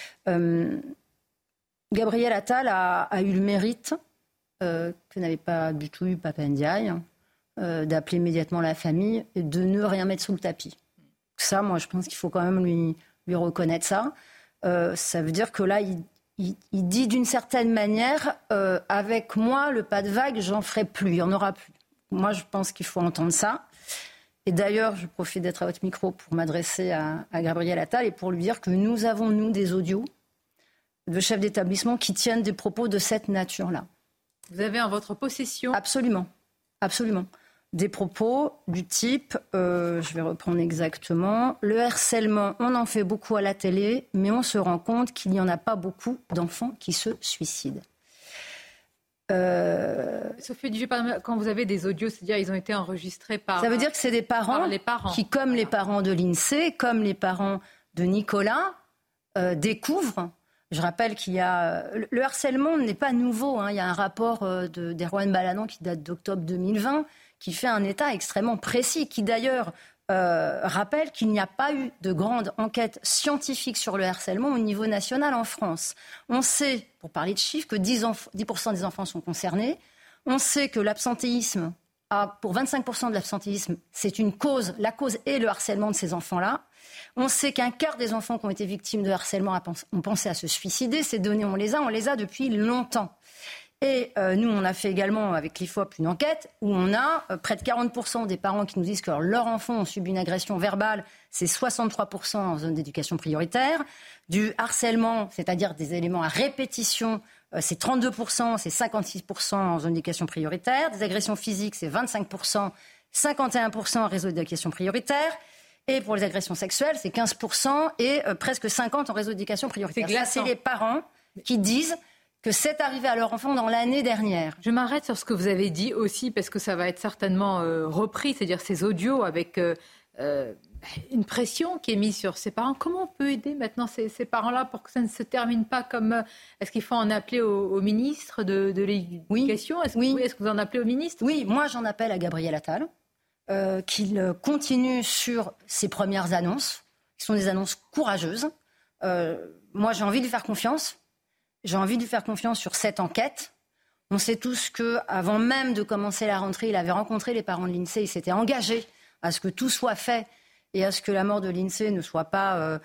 Gabriel Attal a eu le mérite, que n'avait pas du tout eu Papa Ndiaye, d'appeler immédiatement la famille et de ne rien mettre sous le tapis. Ça, moi, je pense qu'il faut quand même lui reconnaître ça. Ça veut dire que là, il dit d'une certaine manière, avec moi, le pas de vague, j'en ferai plus, il n'y en aura plus. Moi, je pense qu'il faut entendre ça. Et d'ailleurs, je profite d'être à votre micro pour m'adresser à Gabriel Attal et pour lui dire que nous avons, des audios de chefs d'établissement qui tiennent des propos de cette nature-là. Vous avez en votre possession? Absolument, absolument. Des propos du type, je vais reprendre exactement, le harcèlement, on en fait beaucoup à la télé, mais on se rend compte qu'il n'y en a pas beaucoup d'enfants qui se suicident. Sophie Audugert, quand vous avez des audios, c'est-à-dire ils ont été enregistrés par... Ça veut dire que c'est des parents, qui, comme les parents de l'INSEE, comme les parents de Nicolas, découvrent. Je rappelle qu'il y a... Le harcèlement n'est pas nouveau. Il y a un rapport d'Erwan Balanant qui date d'octobre 2020, qui fait un état extrêmement précis, qui d'ailleurs rappelle qu'il n'y a pas eu de grande enquête scientifique sur le harcèlement au niveau national en France. On sait, pour parler de chiffres, que 10% des enfants sont concernés. On sait que l'absentéisme, pour 25% de l'absentéisme, c'est une cause, la cause est le harcèlement de ces enfants-là. On sait qu'un quart des enfants qui ont été victimes de harcèlement ont pensé à se suicider. Ces données, on les a depuis longtemps. Et nous, on a fait également avec l'IFOP une enquête où on a près de 40% des parents qui nous disent que leurs enfants ont subi une agression verbale. C'est 63% en zone d'éducation prioritaire. Du harcèlement, c'est-à-dire des éléments à répétition, c'est 32%, c'est 56% en zone d'éducation prioritaire. Des agressions physiques, c'est 25%, 51% en réseau d'éducation prioritaire. Et pour les agressions sexuelles, c'est 15% et presque 50% en réseau d'éducation prioritaire. Ça, c'est les parents qui disent que c'est arrivé à leur enfant dans l'année dernière. Je m'arrête sur ce que vous avez dit aussi, parce que ça va être certainement repris, c'est-à-dire ces audios avec une pression qui est mise sur ces parents. Comment on peut aider maintenant ces parents-là pour que ça ne se termine pas comme... Est-ce qu'il faut en appeler au ministre de l'Éducation? Est-ce que vous en appelez au ministre? Oui, moi j'en appelle à Gabriel Attal, qu'il continue sur ses premières annonces, qui sont des annonces courageuses. Moi j'ai envie de lui faire confiance. J'ai envie de lui faire confiance sur cette enquête. On sait tous qu'avant même de commencer la rentrée, il avait rencontré les parents de l'INSEE. Il s'était engagé à ce que tout soit fait et à ce que la mort de l'INSEE ne soit pas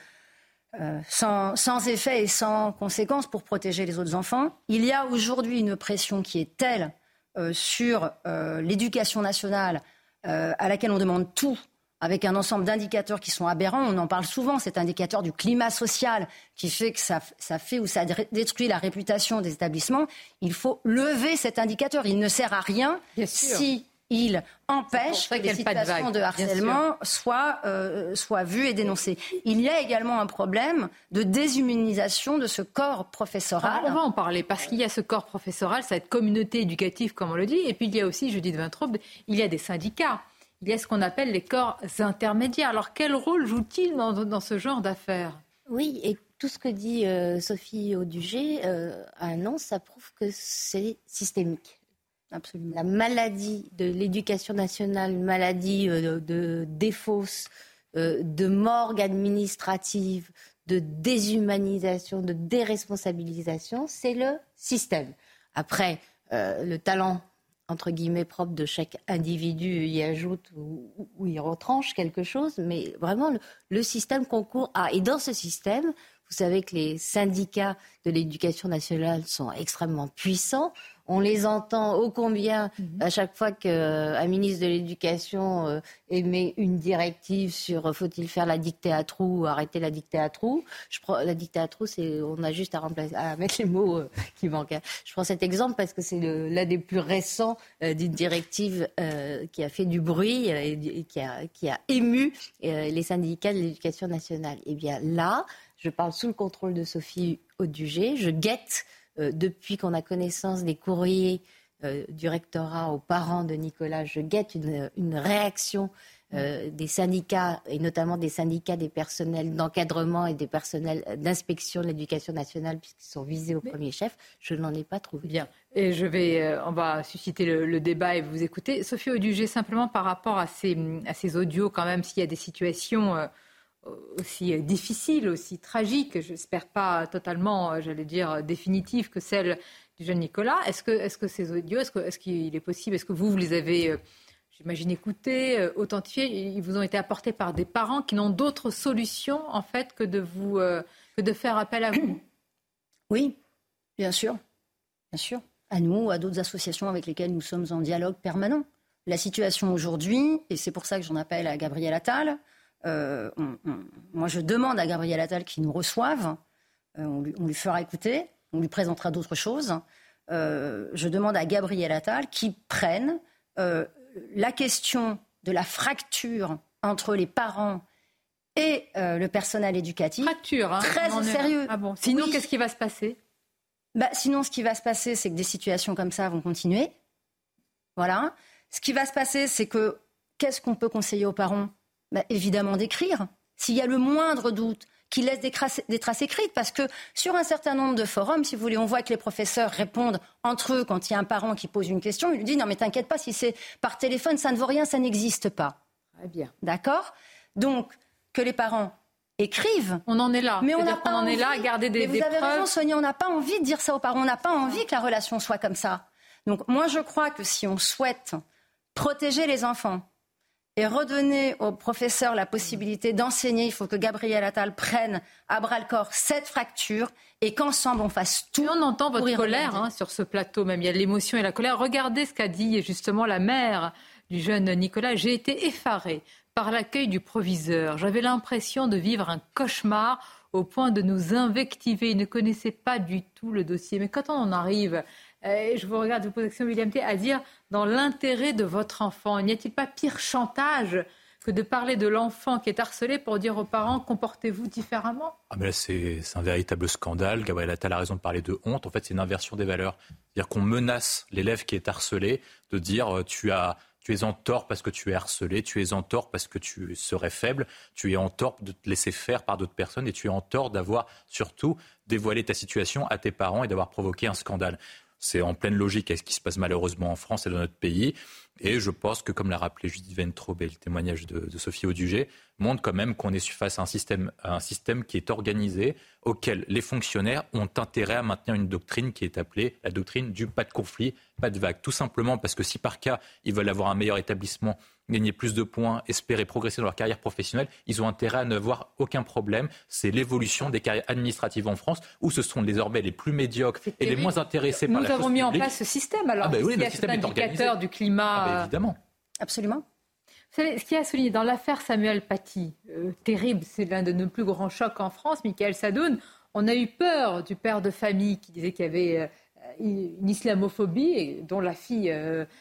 sans effet et sans conséquences pour protéger les autres enfants. Il y a aujourd'hui une pression qui est telle sur l'éducation nationale à laquelle on demande tout, avec un ensemble d'indicateurs qui sont aberrants. On en parle souvent, cet indicateur du climat social qui fait que ça fait ou ça détruit la réputation des établissements. Il faut lever cet indicateur. Il ne sert à rien si il empêche que les situations de harcèlement soient vues et dénoncées. Il y a également un problème de déshumanisation de ce corps professoral. Alors, on va en parler, parce qu'il y a ce corps professoral, cette communauté éducative, comme on le dit, et puis il y a aussi, Judith Vintraube, il y a des syndicats. il y a ce qu'on appelle les corps intermédiaires. Alors quel rôle joue-t-il dans ce genre d'affaires ? Oui, et tout ce que dit Sophie Audugé, ça prouve que c'est systémique. Absolument. La maladie de l'éducation nationale, une maladie de défausse, de morgue administrative, de déshumanisation, de déresponsabilisation, c'est le système. Après, le talent, entre guillemets, propre de chaque individu y ajoute ou y retranche quelque chose, mais vraiment, le système concourt à... Et dans ce système, vous savez que les syndicats de l'éducation nationale sont extrêmement puissants. On les entend ô combien à chaque fois qu'un ministre de l'Éducation émet une directive sur faut-il faire la dictée à trous ou arrêter la dictée à trous. La dictée à trous, on a juste à mettre les mots qui manquent. Je prends cet exemple parce que c'est l'un des plus récents d'une directive qui a fait du bruit et qui a ému les syndicats de l'Éducation nationale. Et bien là, je parle sous le contrôle de Sophie Audugé, je guette depuis qu'on a connaissance des courriers du rectorat aux parents de Nicolas, je guette une réaction des syndicats, et notamment des syndicats des personnels d'encadrement et des personnels d'inspection de l'éducation nationale, puisqu'ils sont visés au premier chef. Je n'en ai pas trouvé. Bien. Et on va susciter le débat et vous écouter. Sophie Audugé, simplement par rapport à ces audios, quand même, s'il y a des situations... aussi difficile, aussi tragique, j'espère pas totalement, définitive que celle du jeune Nicolas. Est-ce que ces audios, est-ce qu'il est possible, est-ce que vous les avez, j'imagine, écoutés, authentifiés, ils vous ont été apportés par des parents qui n'ont d'autre solution, en fait, que de faire appel à vous ? Oui, bien sûr. Bien sûr. À nous, à d'autres associations avec lesquelles nous sommes en dialogue permanent. La situation aujourd'hui, et c'est pour ça que j'en appelle à Gabriel Attal, moi, je demande à Gabriel Attal qu'il nous reçoive. On lui fera écouter. On lui présentera d'autres choses. Je demande à Gabriel Attal qu'il prenne la question de la fracture entre les parents et le personnel éducatif très au sérieux. Ah bon. Sinon, Qu'est-ce qui va se passer ? Sinon, ce qui va se passer, c'est que des situations comme ça vont continuer. Voilà. Ce qui va se passer, c'est que qu'est-ce qu'on peut conseiller aux parents ? Évidemment d'écrire, s'il y a le moindre doute, qu'ils laissent des traces écrites, parce que sur un certain nombre de forums, si vous voulez, on voit que les professeurs répondent entre eux quand il y a un parent qui pose une question, il lui dit « Non mais t'inquiète pas, si c'est par téléphone, ça ne vaut rien, ça n'existe pas. » Très bien. D'accord ? Donc, que les parents écrivent. On en est là. Mais on en est là à garder des preuves. Vous avez raison, Sonia, on n'a pas envie de dire ça aux parents, on n'a pas envie que la relation soit comme ça. Donc moi, je crois que si on souhaite protéger les enfants, et redonner aux professeurs la possibilité d'enseigner, il faut que Gabriel Attal prenne à bras-le-corps cette fracture et qu'ensemble on fasse tout. Et on entend votre colère sur ce plateau, même il y a l'émotion et la colère. Regardez ce qu'a dit justement la mère du jeune Nicolas. J'ai été effarée par l'accueil du proviseur. J'avais l'impression de vivre un cauchemar au point de nous invectiver. Il ne connaissait pas du tout le dossier. Mais quand on en arrive... je vous regarde, je vous pose la question, William T, à dire dans l'intérêt de votre enfant, n'y a-t-il pas pire chantage que de parler de l'enfant qui est harcelé pour dire aux parents comportez-vous différemment ? Mais là, c'est un véritable scandale. Gabriel Attal a raison de parler de honte. En fait, c'est une inversion des valeurs. C'est-à-dire qu'on menace l'élève qui est harcelé de dire tu es en tort parce que tu es harcelé, tu es en tort parce que tu serais faible, tu es en tort de te laisser faire par d'autres personnes et tu es en tort d'avoir surtout dévoilé ta situation à tes parents et d'avoir provoqué un scandale. C'est en pleine logique avec ce qui se passe malheureusement en France et dans notre pays. Et je pense que, comme l'a rappelé Judith Ventrobe, le témoignage de Sophie Audugé montre quand même qu'on est face à un système qui est organisé, auquel les fonctionnaires ont intérêt à maintenir une doctrine qui est appelée la doctrine du pas de conflit, pas de vague. Tout simplement parce que si par cas, ils veulent avoir un meilleur établissement, gagner plus de points, espérer progresser dans leur carrière professionnelle, ils ont intérêt à n'avoir aucun problème. C'est l'évolution des carrières administratives en France, où ce sont désormais les plus médiocres et les moins intéressés par la chose publique. Nous avons mis en place ce système, alors. Oui, le système est organisé. Du climat. Évidemment. Absolument. Vous savez, ce qui a souligné dans l'affaire Samuel Paty, terrible, c'est l'un de nos plus grands chocs en France, Michael Sadoun, on a eu peur du père de famille qui disait qu'il y avait une islamophobie dont la fille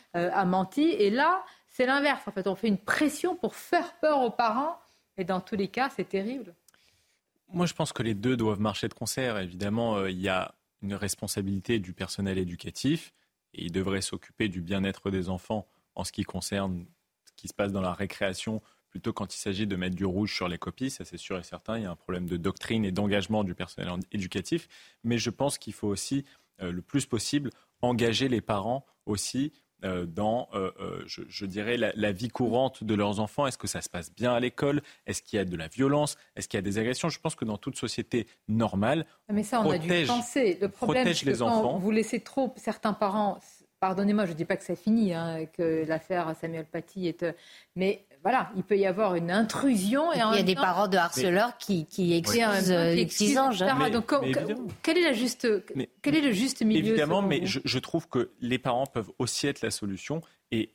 a menti. Et là, c'est l'inverse. En fait, on fait une pression pour faire peur aux parents. Et dans tous les cas, c'est terrible. Moi, je pense que les deux doivent marcher de concert. Évidemment, il y a une responsabilité du personnel éducatif et il devrait s'occuper du bien-être des enfants en ce qui concerne ce qui se passe dans la récréation plutôt quand il s'agit de mettre du rouge sur les copies, ça c'est sûr et certain. Il y a un problème de doctrine et d'engagement du personnel éducatif. Mais je pense qu'il faut aussi, le plus possible, engager les parents aussi dans, je dirais, la vie courante de leurs enfants. Est-ce que ça se passe bien à l'école ? Est-ce qu'il y a de la violence ? Est-ce qu'il y a des agressions ? Je pense que dans toute société normale, mais ça, on a dû penser. Le problème, c'est que quand vous laissez trop certains parents... Pardonnez-moi, je ne dis pas que c'est fini, que l'affaire Samuel Paty est... Mais voilà, il peut y avoir une intrusion. Il y a des parents de harceleurs qui excusent l'excusage. Donc, quel est le juste milieu ? Évidemment, mais je trouve que les parents peuvent aussi être la solution. Et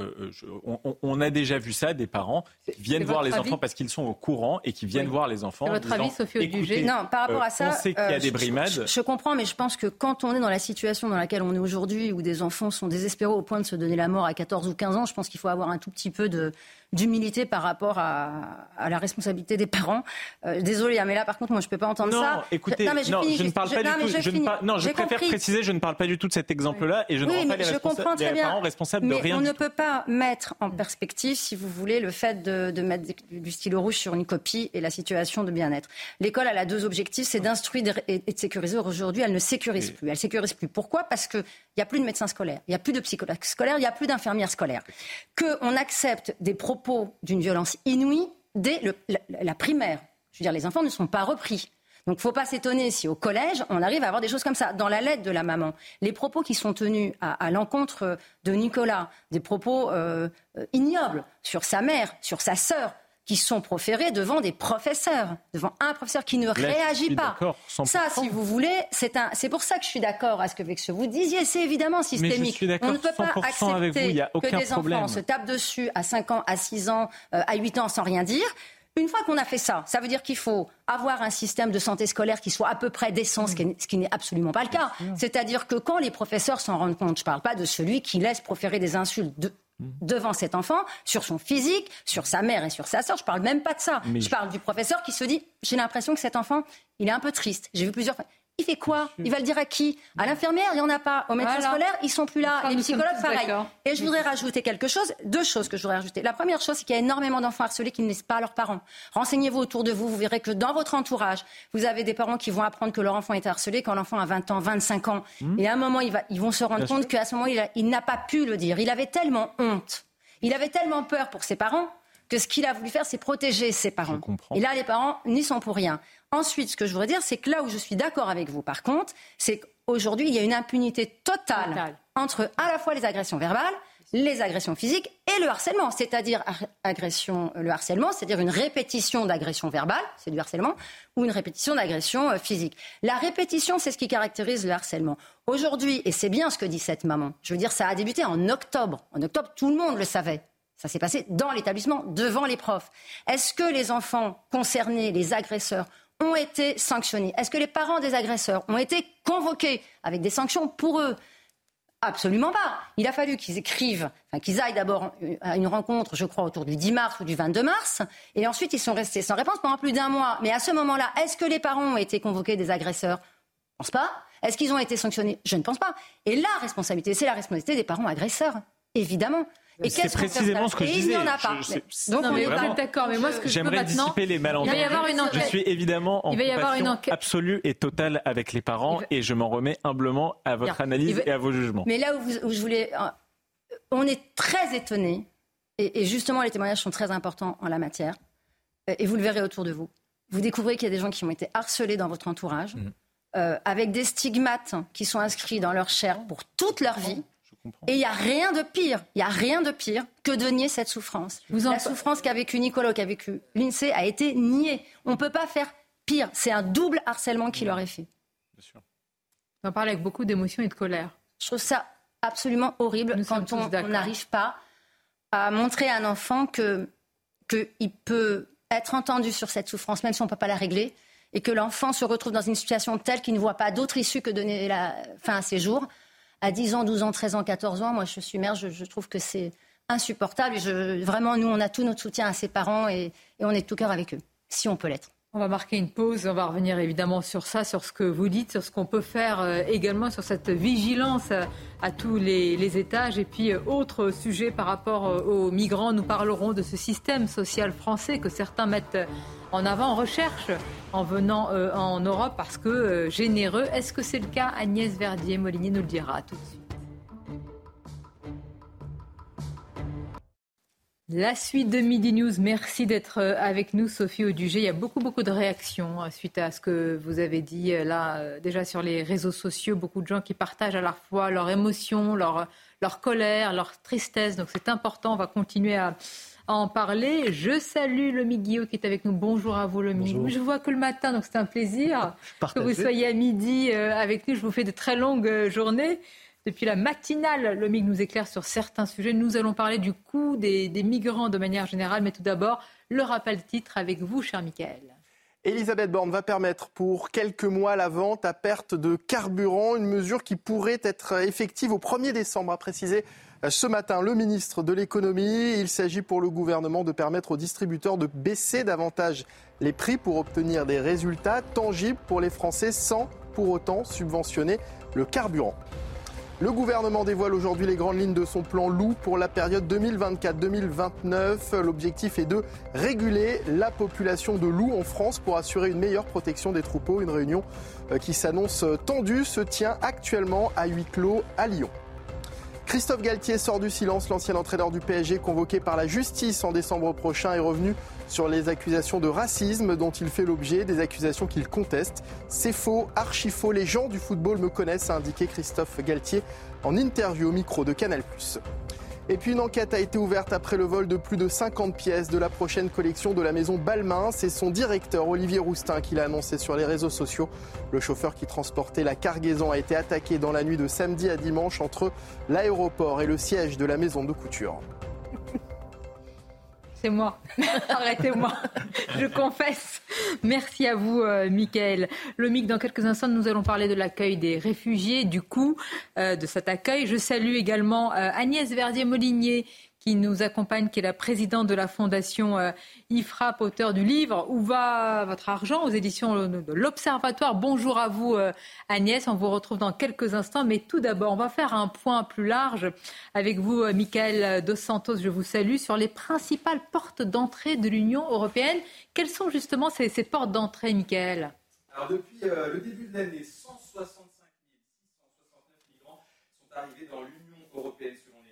on a déjà vu ça, des parents qui viennent voir les enfants parce qu'ils sont au courant et qui viennent voir les enfants. C'est votre avis, Sophie Audugé ? Non, par rapport à ça, on sait qu'il y a des brimades. Je comprends, mais je pense que quand on est dans la situation dans laquelle on est aujourd'hui, où des enfants sont désespérés au point de se donner la mort à 14 ou 15 ans, je pense qu'il faut avoir un tout petit peu d'humilité par rapport à la responsabilité des parents. Désolée, mais là, par contre, moi, je ne peux pas entendre ça. Non, écoutez, je ne parle pas du tout. Je préfère préciser, je ne parle pas du tout de cet exemple-là et je ne rends pas les parents responsables de rien. Mais on ne peut pas mettre en perspective, si vous voulez, le fait de mettre du stylo rouge sur une copie et la situation de bien-être. L'école, elle a deux objectifs, c'est d'instruire et de sécuriser. Aujourd'hui, elle ne sécurise plus. Elle sécurise plus. Pourquoi ? Parce qu'il n'y a plus de médecins scolaires, il n'y a plus de psychologues scolaires, il n'y a plus d'infirmières scolaires. Qu'on accepte des propos d'une violence inouïe dès la primaire. Je veux dire, les enfants ne sont pas repris. Donc, il ne faut pas s'étonner si au collège, on arrive à avoir des choses comme ça. Dans la lettre de la maman, les propos qui sont tenus à l'encontre de Nicolas, des propos ignobles sur sa mère, sur sa sœur, qui sont proférés devant des professeurs, devant un professeur qui ne réagit pas. Ça, si vous voulez, c'est pour ça que je suis d'accord avec ce que vous disiez. C'est évidemment systémique. On ne peut pas accepter que des enfants se tapent dessus à 5 ans, à 6 ans, à 8 ans sans rien dire. Une fois qu'on a fait ça, ça veut dire qu'il faut avoir un système de santé scolaire qui soit à peu près décent, ce qui n'est absolument pas le cas. C'est-à-dire que quand les professeurs s'en rendent compte, je ne parle pas de celui qui laisse proférer des insultes devant cet enfant, sur son physique, sur sa mère et sur sa sœur, je ne parle même pas de ça. Je parle du professeur qui se dit, j'ai l'impression que cet enfant, il est un peu triste. J'ai vu plusieurs fois. Il fait quoi ? Il va le dire à qui ? À l'infirmière, il n'y en a pas. Au médecin scolaire, ils ne sont plus là. Les psychologues, pareil. Et je voudrais rajouter quelque chose, 2 choses que je voudrais rajouter. La première chose, c'est qu'il y a énormément d'enfants harcelés qui ne laissent pas leurs parents. Renseignez-vous autour de vous, vous verrez que dans votre entourage, vous avez des parents qui vont apprendre que leur enfant est harcelé quand l'enfant a 20 ans, 25 ans. Et à un moment, ils vont se rendre compte qu'à ce moment, il n'a pas pu le dire. Il avait tellement honte. Il avait tellement peur pour ses parents que ce qu'il a voulu faire, c'est protéger ses parents. Et là, les parents n'y sont pour rien. Ensuite, ce que je voudrais dire, c'est que là où je suis d'accord avec vous, par contre, c'est qu'aujourd'hui, il y a une impunité totale entre à la fois les agressions verbales, les agressions physiques et le harcèlement. C'est-à-dire le harcèlement, c'est-à-dire une répétition d'agression verbale, c'est du harcèlement, ou une répétition d'agression physique. La répétition, c'est ce qui caractérise le harcèlement. Aujourd'hui, et c'est bien ce que dit cette maman, je veux dire, ça a débuté en octobre. En octobre, tout le monde le savait. Ça s'est passé dans l'établissement, devant les profs. Est-ce que les enfants concernés, les agresseurs, ont été sanctionnés ? Est-ce que les parents des agresseurs ont été convoqués avec des sanctions pour eux ? Absolument pas. Il a fallu qu'ils qu'ils aillent d'abord à une rencontre, je crois, autour du 10 mars ou du 22 mars, et ensuite ils sont restés sans réponse pendant plus d'1 mois. Mais à ce moment-là, est-ce que les parents ont été convoqués des agresseurs ? Je ne pense pas. Est-ce qu'ils ont été sanctionnés ? Je ne pense pas. Et la responsabilité, c'est la responsabilité des parents agresseurs, évidemment. Et c'est précisément ce que je disais. Il n'y en a pas. Donc on est d'accord, mais moi ce que j'aimerais dissiper les malentendus. Je suis évidemment en compassion absolue et totale avec les parents et je m'en remets humblement à votre analyse et à vos jugements. Mais là où je voulais... On est très étonnés, et justement les témoignages sont très importants en la matière, et vous le verrez autour de vous. Vous découvrez qu'il y a des gens qui ont été harcelés dans votre entourage, avec des stigmates qui sont inscrits dans leur chair pour toute leur vie. Et il n'y a rien de pire que de nier cette souffrance. La souffrance qu'a vécue Nicolas, qu'a vécue l'INSEE a été niée. On ne peut pas faire pire. C'est un double harcèlement qui leur est fait. Bien sûr. On en parle avec beaucoup d'émotion et de colère. Je trouve ça absolument horrible quand on n'arrive pas à montrer à un enfant qu'il peut être entendu sur cette souffrance, même si on ne peut pas la régler, et que l'enfant se retrouve dans une situation telle qu'il ne voit pas d'autre issue que donner la fin à ses jours. À 10 ans, 12 ans, 13 ans, 14 ans, moi je suis mère, je trouve que c'est insupportable. Vraiment, nous, on a tout notre soutien à ses parents et on est de tout cœur avec eux, si on peut l'être. On va marquer une pause, on va revenir évidemment sur ça, sur ce que vous dites, sur ce qu'on peut faire également, sur cette vigilance à tous les étages. Et puis, autre sujet par rapport aux migrants, nous parlerons de ce système social français que certains mettent en avant, en recherche, en venant en Europe parce que généreux. Est-ce que c'est le cas? Agnès Verdier-Molinier nous le dira tout de suite. La suite de Midi News, merci d'être avec nous, Sophie Audugé. Il y a beaucoup de réactions suite à ce que vous avez dit là, déjà sur les réseaux sociaux. Beaucoup de gens qui partagent à la fois leurs émotions, leur colère, leur tristesse. Donc c'est important, on va continuer à en parler. Je salue Lomi Guillot qui est avec nous. Bonjour à vous, Lomi. Je vois que le matin, donc c'est un plaisir que vous soyez à midi avec nous. Je vous fais de très longues journées. Depuis la matinale, le MIG nous éclaire sur certains sujets. Nous allons parler du coût des migrants de manière générale. Mais tout d'abord, le rappel de titre avec vous, cher Mickaël. Elisabeth Borne va permettre pour quelques mois la vente à perte de carburant. Une mesure qui pourrait être effective au 1er décembre, a précisé ce matin le ministre de l'économie. Il s'agit pour le gouvernement de permettre aux distributeurs de baisser davantage les prix pour obtenir des résultats tangibles pour les Français sans pour autant subventionner le carburant. Le gouvernement dévoile aujourd'hui les grandes lignes de son plan loup pour la période 2024-2029. L'objectif est de réguler la population de loups en France pour assurer une meilleure protection des troupeaux. Une réunion qui s'annonce tendue se tient actuellement à huis clos à Lyon. Christophe Galtier sort du silence. L'ancien entraîneur du PSG, convoqué par la justice en décembre prochain, est revenu sur les accusations de racisme dont il fait l'objet, des accusations qu'il conteste. C'est faux, archi faux. Les gens du football me connaissent, a indiqué Christophe Galtier en interview au micro de Canal+. Et puis une enquête a été ouverte après le vol de plus de 50 pièces de la prochaine collection de la maison Balmain. C'est son directeur Olivier Roustin qui l'a annoncé sur les réseaux sociaux. Le chauffeur qui transportait la cargaison a été attaqué dans la nuit de samedi à dimanche entre l'aéroport et le siège de la maison de couture. C'est moi. Arrêtez-moi. Je confesse. Merci à vous, Mickaël. Le MIC, dans quelques instants, nous allons parler de l'accueil des réfugiés, du coût de cet accueil. Je salue également Agnès Verdier-Molinier qui nous accompagne, qui est la présidente de la fondation IFRAP, auteur du livre « Où va votre argent ?» aux éditions de l'Observatoire. Bonjour à vous Agnès, on vous retrouve dans quelques instants. Mais tout d'abord, on va faire un point plus large avec vous, Mickaël Dos Santos, je vous salue, sur les principales portes d'entrée de l'Union européenne. Quelles sont justement ces portes d'entrée, Mickaël ? Alors depuis le début de l'année, 165 669 migrants sont arrivés dans l'Union européenne.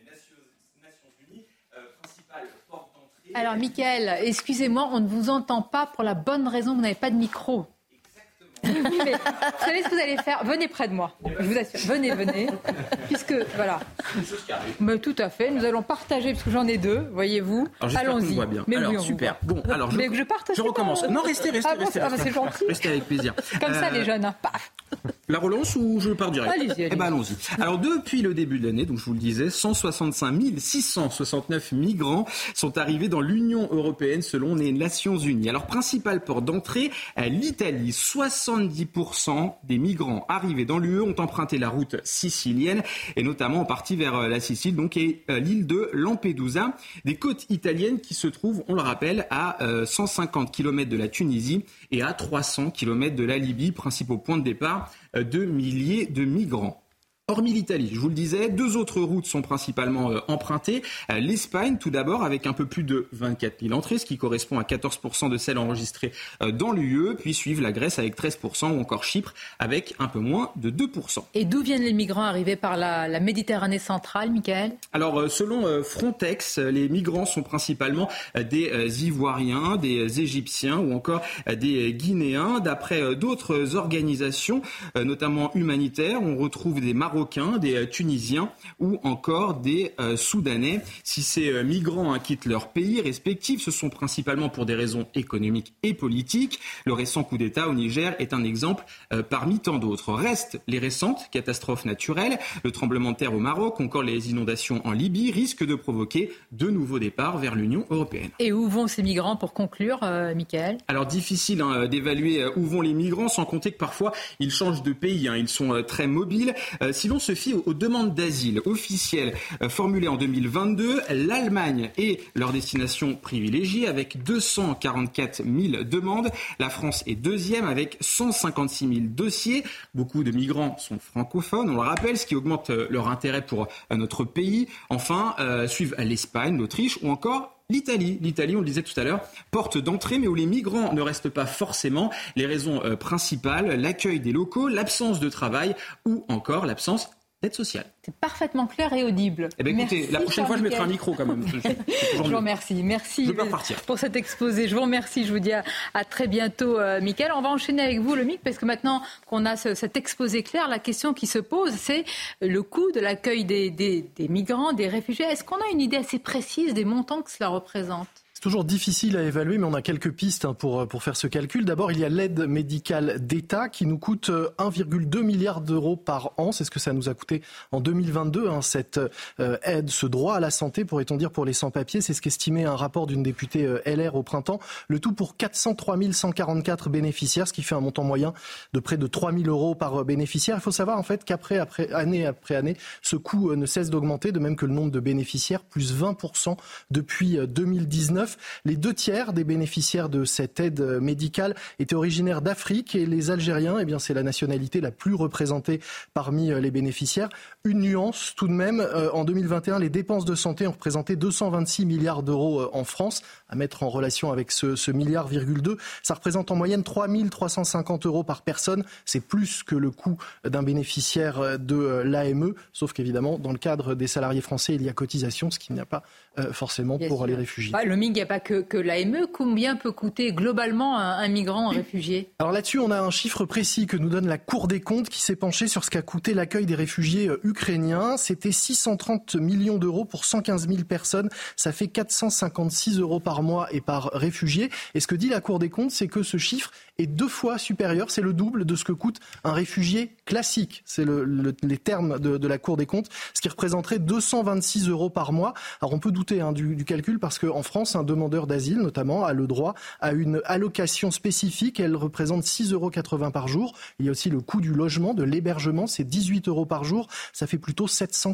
Alors, Mickaël, excusez-moi, on ne vous entend pas pour la bonne raison, vous n'avez pas de micro. Exactement. Mais vous savez ce que vous allez faire ? Venez près de moi, je vous assure. Venez. Puisque, voilà. Mais tout à fait, nous allons partager, parce que j'en ai deux, voyez-vous. Allons-y. Voit bien. Alors, super. Bon, alors, je recommence. Non, restez. C'est gentil. Restez avec plaisir. Comme ça, les jeunes, paf. La relance ou je pars direct ? Allez-y. Eh bien, allons-y. Alors, depuis le début de l'année, donc je vous le disais, 165 669 migrants sont arrivés dans l'Union européenne selon les Nations Unies. Alors, principale porte d'entrée, l'Italie. 70% des migrants arrivés dans l'UE ont emprunté la route sicilienne et notamment en partie vers la Sicile, donc et l'île de Lampedusa. Des côtes italiennes qui se trouvent, on le rappelle, à 150 km de la Tunisie et à 300 km de la Libye, principaux points de départ de milliers de migrants. Hormis l'Italie, je vous le disais, deux autres routes sont principalement empruntées. L'Espagne, tout d'abord, avec un peu plus de 24 000 entrées, ce qui correspond à 14% de celles enregistrées dans l'UE. Puis suivent la Grèce avec 13% ou encore Chypre avec un peu moins de 2%. Et d'où viennent les migrants arrivés par la Méditerranée centrale, Mickaël ? Alors, selon Frontex, les migrants sont principalement des Ivoiriens, des Égyptiens ou encore des Guinéens. D'après d'autres organisations, notamment humanitaires, on retrouve des Marocains, des Tunisiens ou encore des Soudanais. Si ces migrants quittent leur pays respectif, ce sont principalement pour des raisons économiques et politiques. Le récent coup d'État au Niger est un exemple parmi tant d'autres. Restent les récentes catastrophes naturelles, le tremblement de terre au Maroc, encore les inondations en Libye, risquent de provoquer de nouveaux départs vers l'Union européenne. Et où vont ces migrants pour conclure, Mickaël ? Alors difficile d'évaluer où vont les migrants, sans compter que parfois ils changent de pays. Ils sont très mobiles. Si l'on se fie aux demandes d'asile officielles formulées en 2022, l'Allemagne est leur destination privilégiée avec 244 000 demandes. La France est deuxième avec 156 000 dossiers. Beaucoup de migrants sont francophones, on le rappelle, ce qui augmente leur intérêt pour notre pays. Enfin, suivent l'Espagne, l'Autriche ou encore l'Italie. L'Italie, on le disait tout à l'heure, porte d'entrée, mais où les migrants ne restent pas forcément. Les raisons principales, l'accueil des locaux, l'absence de travail ou encore l'absence d'aide sociale. C'est parfaitement clair et audible. Eh bien, écoutez, la prochaine fois, je mettrai un micro quand même. Je vous remercie. Merci pour cet exposé. Je vous remercie. Je vous dis à très bientôt, Mickaël. On va enchaîner avec vous, le Mick, parce que maintenant qu'on a cet exposé clair, la question qui se pose, c'est le coût de l'accueil des migrants, des réfugiés. Est-ce qu'on a une idée assez précise des montants que cela représente ? Toujours difficile à évaluer, mais on a quelques pistes pour faire ce calcul. D'abord, il y a l'aide médicale d'État qui nous coûte 1,2 milliard d'euros par an. C'est ce que ça nous a coûté en 2022, cette aide, ce droit à la santé, pourrait-on dire, pour les sans-papiers. C'est ce qu'estimait un rapport d'une députée LR au printemps. Le tout pour 403 144 bénéficiaires, ce qui fait un montant moyen de près de 3 000 euros par bénéficiaire. Il faut savoir en fait année après année, ce coût ne cesse d'augmenter, de même que le nombre de bénéficiaires, plus 20% depuis 2019. Les 2/3 des bénéficiaires de cette aide médicale étaient originaires d'Afrique et les Algériens, eh bien, c'est la nationalité la plus représentée parmi les bénéficiaires. Une nuance tout de même, en 2021, les dépenses de santé ont représenté 226 milliards d'euros en France, à mettre en relation avec ce milliard, ça représente en moyenne 3 350 euros par personne. C'est plus que le coût d'un bénéficiaire de l'AME, sauf qu'évidemment, dans le cadre des salariés français, il y a cotisation, ce qu'il n'y a pas forcément pour les réfugiés. Le MIG, il n'y a pas que l'AME. Combien peut coûter globalement un migrant, un réfugié ? Alors là-dessus, on a un chiffre précis que nous donne la Cour des comptes qui s'est penchée sur ce qu'a coûté l'accueil des réfugiés ukrainiens. C'était 630 millions d'euros pour 115 000 personnes. Ça fait 456 euros par mois et par réfugié. Et ce que dit la Cour des comptes, c'est que ce chiffre est 2 fois supérieur. C'est le double de ce que coûte un réfugié classique. C'est les termes de la Cour des comptes, ce qui représenterait 226 euros par mois. Alors on peut douter du calcul parce qu'en France, un demandeur d'asile notamment a le droit à une allocation spécifique. Elle représente 6,80 euros par jour. Il y a aussi le coût du logement, de l'hébergement, c'est 18 euros par jour. Ça fait plutôt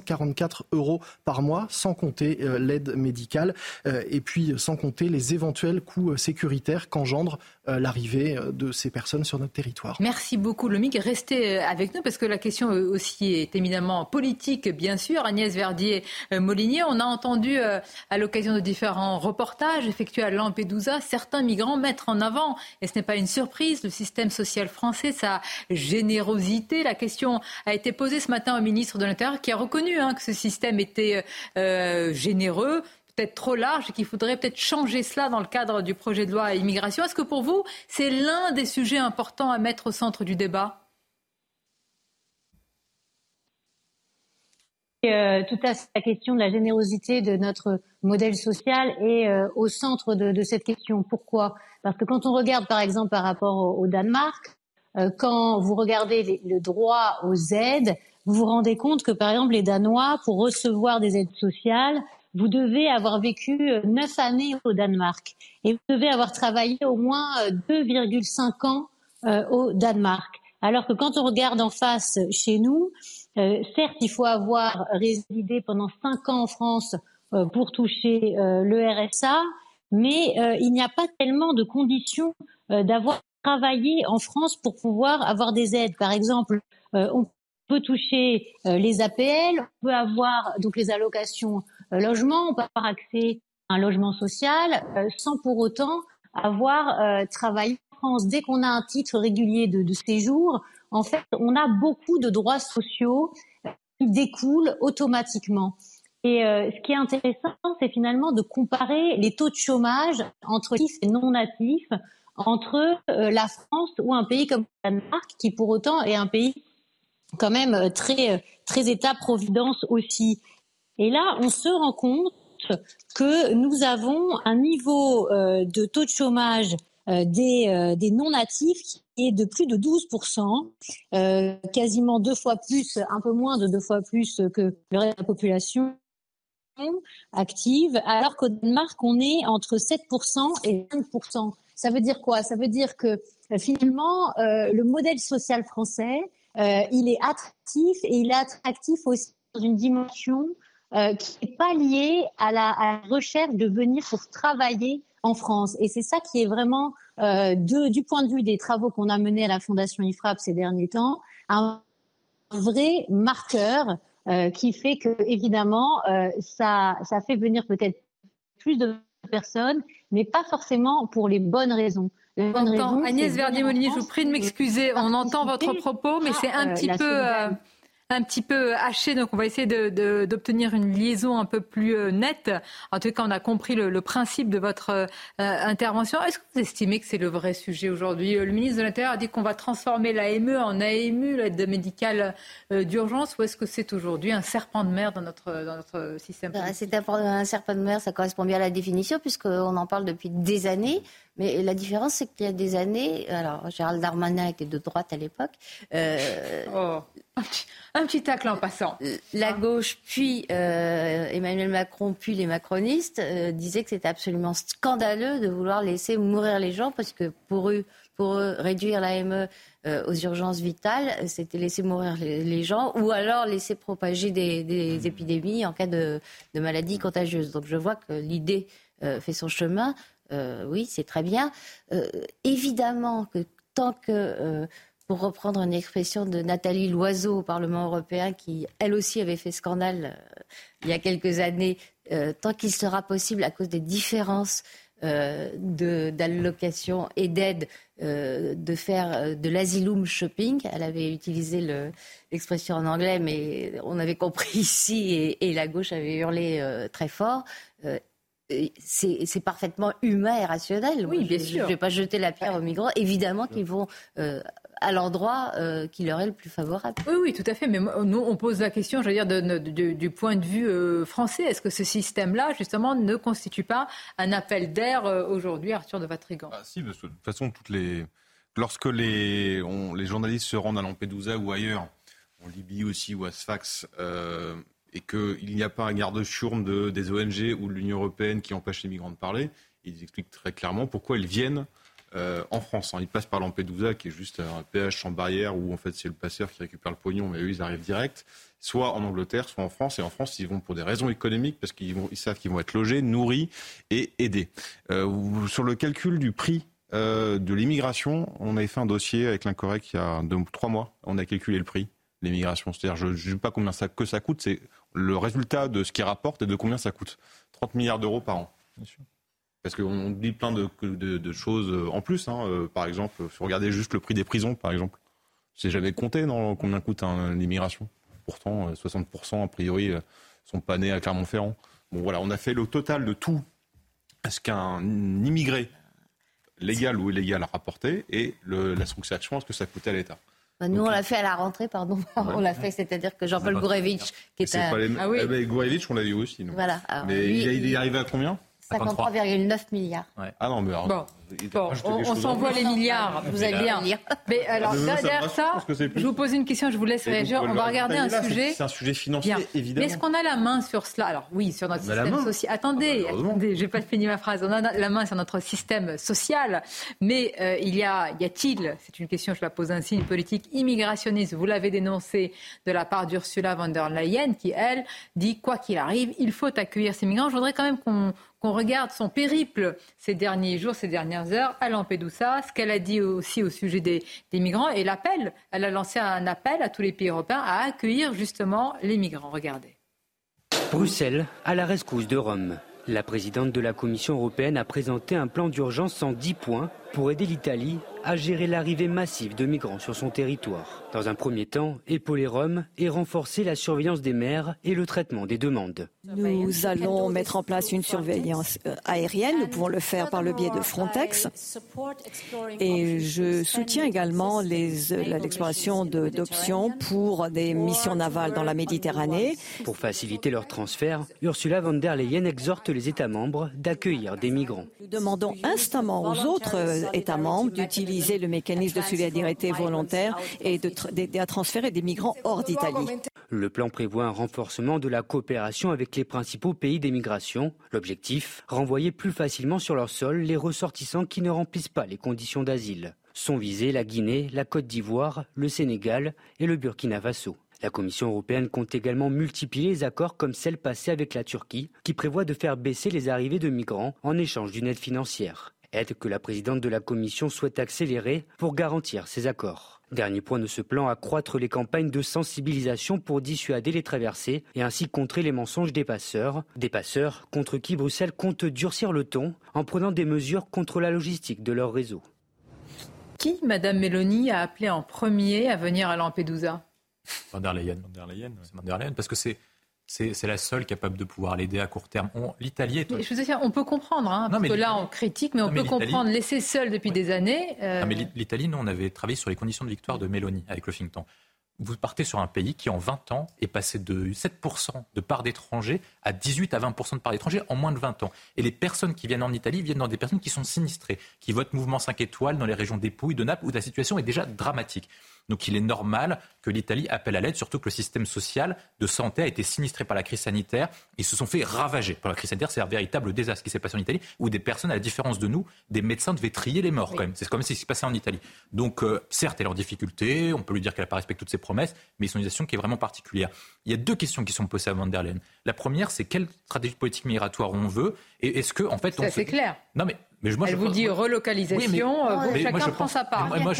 744 euros par mois, sans compter l'aide médicale et puis sans compter les éventuels coûts sécuritaires qu'engendre l'arrivée de ces personnes sur notre territoire. Merci beaucoup, Lomic. Restez avec nous parce que la question aussi est éminemment politique, bien sûr. Agnès Verdier-Molinier, on a entendu à l'occasion de différents reportages effectués à Lampedusa, certains migrants mettre en avant, et ce n'est pas une surprise, le système social français, sa générosité. La question a été posée ce matin au ministre de l'Intérieur qui a reconnu que ce système était généreux, peut-être trop large et qu'il faudrait peut-être changer cela dans le cadre du projet de loi immigration. Est-ce que pour vous, c'est l'un des sujets importants à mettre au centre du débat ? Tout à fait, la question de la générosité de notre modèle social est au centre de cette question. Pourquoi ? Parce que quand on regarde par exemple par rapport au Danemark, quand vous regardez le droit aux aides, vous vous rendez compte que par exemple les Danois, pour recevoir des aides sociales, vous devez avoir vécu 9 années au Danemark et vous devez avoir travaillé au moins 2,5 ans au Danemark. Alors que quand on regarde en face chez nous, certes, il faut avoir résidé pendant 5 ans en France pour toucher le RSA, mais il n'y a pas tellement de conditions d'avoir travaillé en France pour pouvoir avoir des aides. Par exemple, on peut toucher les APL, on peut avoir donc les allocations logement, on peut avoir accès à un logement social sans pour autant avoir travaillé en France. Dès qu'on a un titre régulier de séjour, en fait, on a beaucoup de droits sociaux qui découlent automatiquement. Et ce qui est intéressant, c'est finalement de comparer les taux de chômage entre natifs et non natifs, entre la France ou un pays comme le Danemark, qui pour autant est un pays quand même très État-providence aussi. Et là, on se rend compte que nous avons un niveau de taux de chômage des non-natifs qui est de plus de 12%, quasiment 2 fois plus, un peu moins de 2 fois plus que le reste de la population active, alors qu'au Danemark, on est entre 7% et 5%. Ça veut dire quoi ? Ça veut dire que finalement, le modèle social français il est attractif et il est attractif aussi dans une dimension qui n'est pas liée à la recherche de venir pour travailler en France. Et c'est ça qui est vraiment, du point de vue des travaux qu'on a menés à la Fondation IFRAP ces derniers temps, un vrai marqueur qui fait que, évidemment, ça fait venir peut-être plus de personnes, mais pas forcément pour les bonnes raisons. Agnès Verdier-Molinier, je vous prie de m'excuser. On entend votre propos, mais c'est un petit peu haché, donc on va essayer d'obtenir une liaison un peu plus nette. En tout cas, on a compris le principe de votre intervention. Est-ce que vous estimez que c'est le vrai sujet aujourd'hui ? Le ministre de l'Intérieur a dit qu'on va transformer l'AME en AMU, l'aide médicale d'urgence, ou est-ce que c'est aujourd'hui un serpent de mer dans notre système politique ? C'est un serpent de mer, ça correspond bien à la définition, puisqu'on en parle depuis des années. Mais la différence, c'est qu'il y a des années, alors Gérald Darmanin était de droite à l'époque. Un petit tacle en passant. La gauche, puis Emmanuel Macron, puis les macronistes disaient que c'était absolument scandaleux de vouloir laisser mourir les gens, parce que pour eux réduire l'AME aux urgences vitales, c'était laisser mourir les gens, ou alors laisser propager des épidémies en cas de maladies contagieuses. Donc je vois que l'idée fait son chemin. Oui, c'est très bien. Évidemment que tant que, pour reprendre une expression de Nathalie Loiseau au Parlement européen, qui elle aussi avait fait scandale il y a quelques années, tant qu'il sera possible, à cause des différences d'allocations et d'aides, de faire de l'asylum shopping. Elle avait utilisé l'expression en anglais, mais on avait compris ici, et la gauche avait hurlé très fort. C'est parfaitement humain et rationnel. Oui, bien sûr. Je ne vais pas jeter la pierre aux migrants. Évidemment qu'ils vont à l'endroit qui leur est le plus favorable. Oui, tout à fait. Mais nous, on pose la question, je veux dire, du point de vue français. Est-ce que ce système-là, justement, ne constitue pas un appel d'air aujourd'hui, Arthur de Vatrigan ? Si, parce que de toute façon, lorsque les journalistes se rendent à Lampedusa ou ailleurs, en Libye aussi ou à Sfax, et qu'il n'y a pas un garde-chiourme des ONG ou de l'Union européenne qui empêche les migrants de parler, ils expliquent très clairement pourquoi ils viennent en France. Ils passent par Lampedusa, qui est juste un péage sans barrière, où en fait c'est le passeur qui récupère le pognon, mais eux ils arrivent direct, soit en Angleterre, soit en France. Et en France, ils vont pour des raisons économiques, parce qu'ils savent qu'ils vont être logés, nourris et aidés. Sur le calcul du prix de l'immigration, on avait fait un dossier avec l'Incorrect il y a 2 ou 3 mois. On a calculé le prix. L'immigration, c'est-à-dire je ne sais pas combien ça coûte, c'est le résultat de ce qu'il rapporte et de combien ça coûte. 30 milliards d'euros par an. Bien sûr. Parce qu'on dit plein de choses en plus. Par exemple, il faut regarder juste le prix des prisons, par exemple. C'est jamais compté dans combien coûte l'immigration. Pourtant, 60% a priori sont pas nés à Clermont-Ferrand. Bon voilà, on a fait le total de tout ce qu'un immigré, légal ou illégal, a rapporté, et la transaction, ce que ça coûtait à l'État. Nous, on l'a fait à la rentrée, pardon. Ouais. On l'a fait, c'est-à-dire que Jean-Paul Gourevitch, qui est un... Ah oui. Gourevitch, on l'a vu aussi. Nous. Voilà. Alors, mais lui, il est arrivé à combien ? 53,9 milliards. Ouais. Ah non, mais alors, bon, on s'envoie les milliards, vous allez bien. Mais alors, derrière ça, je vous pose une question, je vous laisse réagir. On va regarder un sujet. C'est un sujet financier, bien. Évidemment. Mais est-ce qu'on a la main sur cela ? Alors oui, sur notre système social. Attendez, je n'ai pas fini ma phrase. On a la main sur notre système social, mais y a-t-il, c'est une question, je la pose ainsi, une politique immigrationniste, vous l'avez dénoncé, de la part d'Ursula von der Leyen, qui, elle, dit quoi qu'il arrive, il faut accueillir ces migrants. Je voudrais quand même qu'on regarde son périple ces derniers jours, ces dernières heures à Lampedusa, ce qu'elle a dit aussi au sujet des migrants et l'appel. Elle a lancé un appel à tous les pays européens à accueillir justement les migrants. Regardez. Bruxelles à la rescousse de Rome. La présidente de la Commission européenne a présenté un plan d'urgence en 10 points pour aider l'Italie à gérer l'arrivée massive de migrants sur son territoire. Dans un premier temps, épauler Rome et renforcer la surveillance des mers et le traitement des demandes. Nous allons mettre en place une surveillance aérienne. Nous pouvons le faire par le biais de Frontex. Et je soutiens également l'exploration d'options pour des missions navales dans la Méditerranée. Pour faciliter leur transfert, Ursula von der Leyen exhorte les États membres d'accueillir des migrants. Nous demandons instamment aux autres États membres d'utiliser le mécanisme de solidarité volontaire et d'aider à transférer des migrants hors d'Italie. Le plan prévoit un renforcement de la coopération avec les principaux pays d'émigration. L'objectif, renvoyer plus facilement sur leur sol les ressortissants qui ne remplissent pas les conditions d'asile. Sont visés la Guinée, la Côte d'Ivoire, le Sénégal et le Burkina Faso. La Commission européenne compte également multiplier les accords comme celle passée avec la Turquie, qui prévoit de faire baisser les arrivées de migrants en échange d'une aide financière. Aide que la présidente de la Commission souhaite accélérer pour garantir ces accords. Dernier point de ce plan, accroître les campagnes de sensibilisation pour dissuader les traversées et ainsi contrer les mensonges des passeurs. Des passeurs contre qui Bruxelles compte durcir le ton en prenant des mesures contre la logistique de leur réseau. Qui, Madame Meloni, a appelé en premier à venir à Lampedusa ? Von der Leyen. C'est Von der Leyen, parce que c'est la seule capable de pouvoir l'aider à court terme. L'Italie est... Je veux dire, on peut comprendre, parce que là on critique, mais on peut comprendre, laisser seul depuis des années... Non, mais l'Italie, nous, on avait travaillé sur les conditions de victoire de Meloni avec le think tank. Vous partez sur un pays qui, en 20 ans, est passé de 7% de part d'étrangers à 18 à 20% de part d'étrangers en moins de 20 ans. Et les personnes qui viennent en Italie viennent dans des personnes qui sont sinistrées, qui votent mouvement 5 étoiles dans les régions d'Épouille, de Naples, où la situation est déjà dramatique. Donc il est normal que l'Italie appelle à l'aide, surtout que le système social de santé a été sinistré par la crise sanitaire. Ils se sont fait ravager par la crise sanitaire. C'est un véritable désastre qui s'est passé en Italie, où des personnes, à la différence de nous, des médecins devaient trier les morts quand même. C'est comme ce qui se passait en Italie. Donc certes, elle est en difficulté, on peut lui dire qu'elle n'a pas respecté toutes ses promesses, mais c'est une situation qui est vraiment particulière. Il y a deux questions qui sont posées à Von der Leyen. La première, c'est quelle stratégie politique migratoire on veut, et est-ce que en fait, c'est clair. Non mais moi, elle vous dit relocalisation, chacun prend sa part. Moi,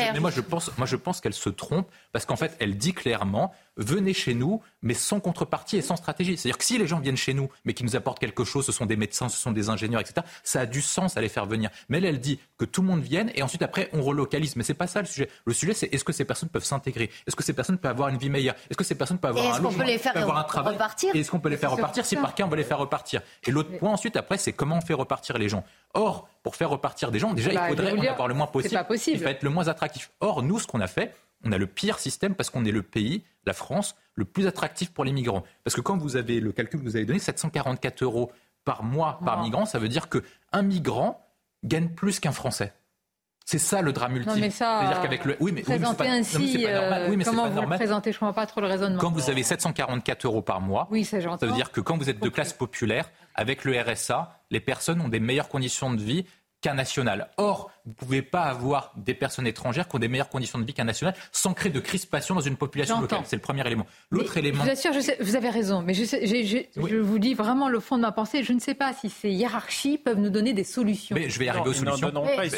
je pense qu'elle se trompe parce qu'en fait, elle dit clairement venez chez nous, mais sans contrepartie et sans stratégie. C'est-à-dire que si les gens viennent chez nous, mais qui nous apportent quelque chose, ce sont des médecins, ce sont des ingénieurs, etc., ça a du sens à les faire venir. Mais elle dit que tout le monde vienne et ensuite, après, on relocalise. Mais c'est pas ça le sujet. Le sujet, c'est est-ce que ces personnes peuvent s'intégrer ? Est-ce que ces personnes peuvent avoir une vie meilleure ? Est-ce que ces personnes peuvent avoir un logement, peuvent avoir un travail ? Et est-ce qu'on peut les faire repartir ? Si par cas, on va les faire repartir. Et l'autre point ensuite, après, c'est comment on fait repartir les gens. Or, pour faire repartir des gens, déjà, il faudrait en avoir le moins possible. C'est pas possible. Il va être le moins attractif. Or, nous, ce qu'on a fait, on a le pire système parce qu'on est le pays, la France, le plus attractif pour les migrants. Parce que quand vous avez le calcul que vous avez donné, 744 € par mois par migrant, ça veut dire qu'un migrant gagne plus qu'un Français. C'est ça le drame ultime. Non, mais ça, c'est-à-dire qu'avec le... présenter ainsi, comment vous le présentez, je ne comprends pas trop le raisonnement. Quand vous avez 744 € par mois, ça veut dire que quand vous êtes de classe populaire, avec le RSA, les personnes ont des meilleures conditions de vie qu'un national. Or, vous ne pouvez pas avoir des personnes étrangères qui ont des meilleures conditions de vie qu'un national sans créer de crispation dans une population locale. C'est le premier élément. L'autre élément... Je vous assure, vous avez raison, mais je vous dis vraiment le fond de ma pensée. Je ne sais pas si ces hiérarchies peuvent nous donner des solutions. Mais je vais y arriver aux solutions.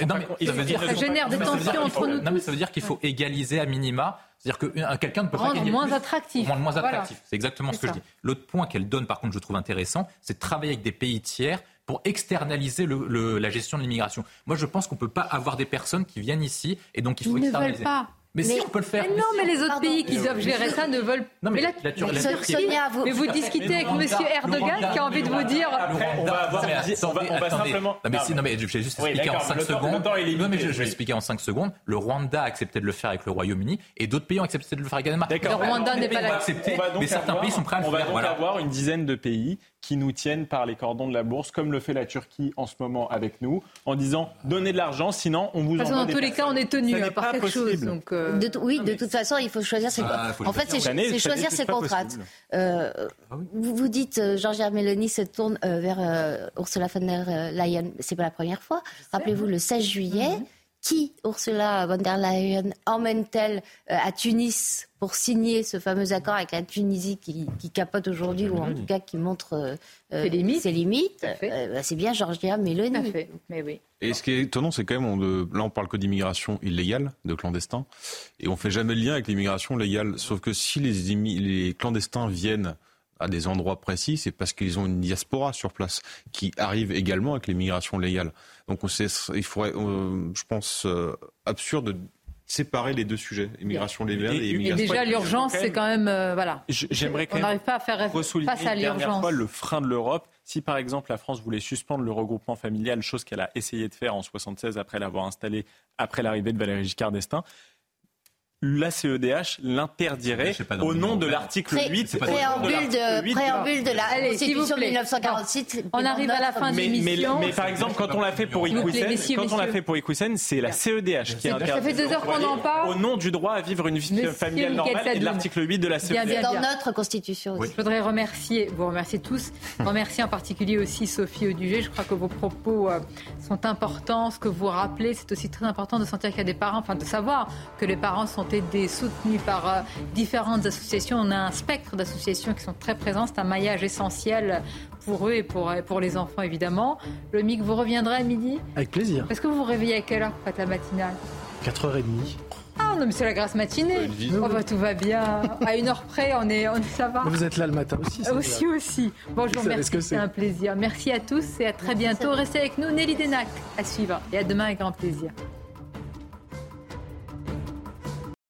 Ça génère des tensions entre nous tous. Non, mais ça veut dire qu'il faut égaliser à minima. C'est-à-dire que quelqu'un ne peut pas gagner moins attractif. Rendre moins attractif. Voilà. C'est exactement ce que je dis. L'autre point qu'elle donne, par contre, je trouve intéressant, c'est de travailler avec des pays tiers pour externaliser la gestion de l'immigration. Moi, je pense qu'on ne peut pas avoir des personnes qui viennent ici et donc il faut externaliser. Ils ne veulent pas. Mais si, on peut le faire. Mais non, mais les autres pays qui doivent gérer ça ne veulent pas. Mais vous discutez avec M. Erdogan qui a envie de vous dire... On va simplement... Non, mais je vais juste expliquer en 5 secondes. Non, mais je vais expliquer en 5 secondes. Le Rwanda a accepté de le faire avec le Royaume-Uni et d'autres pays ont accepté de le faire avec le Danemark. Le Rwanda n'est pas accepté, mais certains pays sont prêts à le faire. On va donc avoir une dizaine de pays qui nous tiennent par les cordons de la bourse, comme le fait la Turquie en ce moment avec nous, en disant donnez de l'argent, sinon on vous envoie des personnes. Dans tous les cas, on est tenu par quelque chose. Donc de toute façon, il faut choisir ses en fait, c'est choisir ses contraintes. Vous dites, Giorgia Meloni se tourne vers Ursula von der Leyen. C'est pas la première fois. Rappelez-vous, le 16 juillet, qui Ursula von der Leyen emmène-t-elle à Tunis pour signer ce fameux accord avec la Tunisie qui capote aujourd'hui, ou en tout cas qui montre ses limites c'est bien Giorgia Meloni. Mais oui. Et ce qui est étonnant, c'est quand même, là on parle que d'immigration illégale, de clandestins, et on fait jamais le lien avec l'immigration légale. Sauf que si les clandestins viennent à des endroits précis, c'est parce qu'ils ont une diaspora sur place qui arrive également avec l'immigration légale. Donc il faudrait, je pense, absurde de séparer les deux sujets, immigration légale et immigration. Et déjà l'urgence, c'est quand même J'aimerais quand même on n'arrive pas à faire face à l'urgence. Le frein de l'Europe. Si par exemple la France voulait suspendre le regroupement familial, chose qu'elle a essayé de faire en 1976 après l'avoir installé après l'arrivée de Valéry Giscard d'Estaing, la CEDH l'interdirait au nom de l'article 8. Préambule de la Constitution de 1946. On arrive à la fin de l'émission. Mais par exemple, quand on l'a fait pour Iqwisen, c'est la CEDH qui interdit. Ça fait 2 heures qu'on en parle. Au nom du droit à vivre une vie familiale normale et de l'article 8 de la CEDH. Dans notre Constitution aussi. Je voudrais vous remercier tous. Remercier en particulier aussi Sophie Audugé. Je crois que vos propos sont importants. Ce que vous rappelez, c'est aussi très important de sentir qu'il y a des parents, de savoir que les parents sont aidés, soutenus par différentes associations. On a un spectre d'associations qui sont très présentes. C'est un maillage essentiel pour eux et pour les enfants, évidemment. Le MIC, vous reviendrez à midi ? Avec plaisir. Est-ce que vous vous réveillez à quelle heure pour la matinale ? 4h30. Ah non, mais c'est la grasse matinée. Tout va bien. À 1h près, ça va. Vous êtes là le matin aussi. Aussi. Bon, je vous remercie, c'est un plaisir. Merci à tous et à très bientôt. Restez avec nous, Nelly Denac à suivre. Et à demain avec grand plaisir.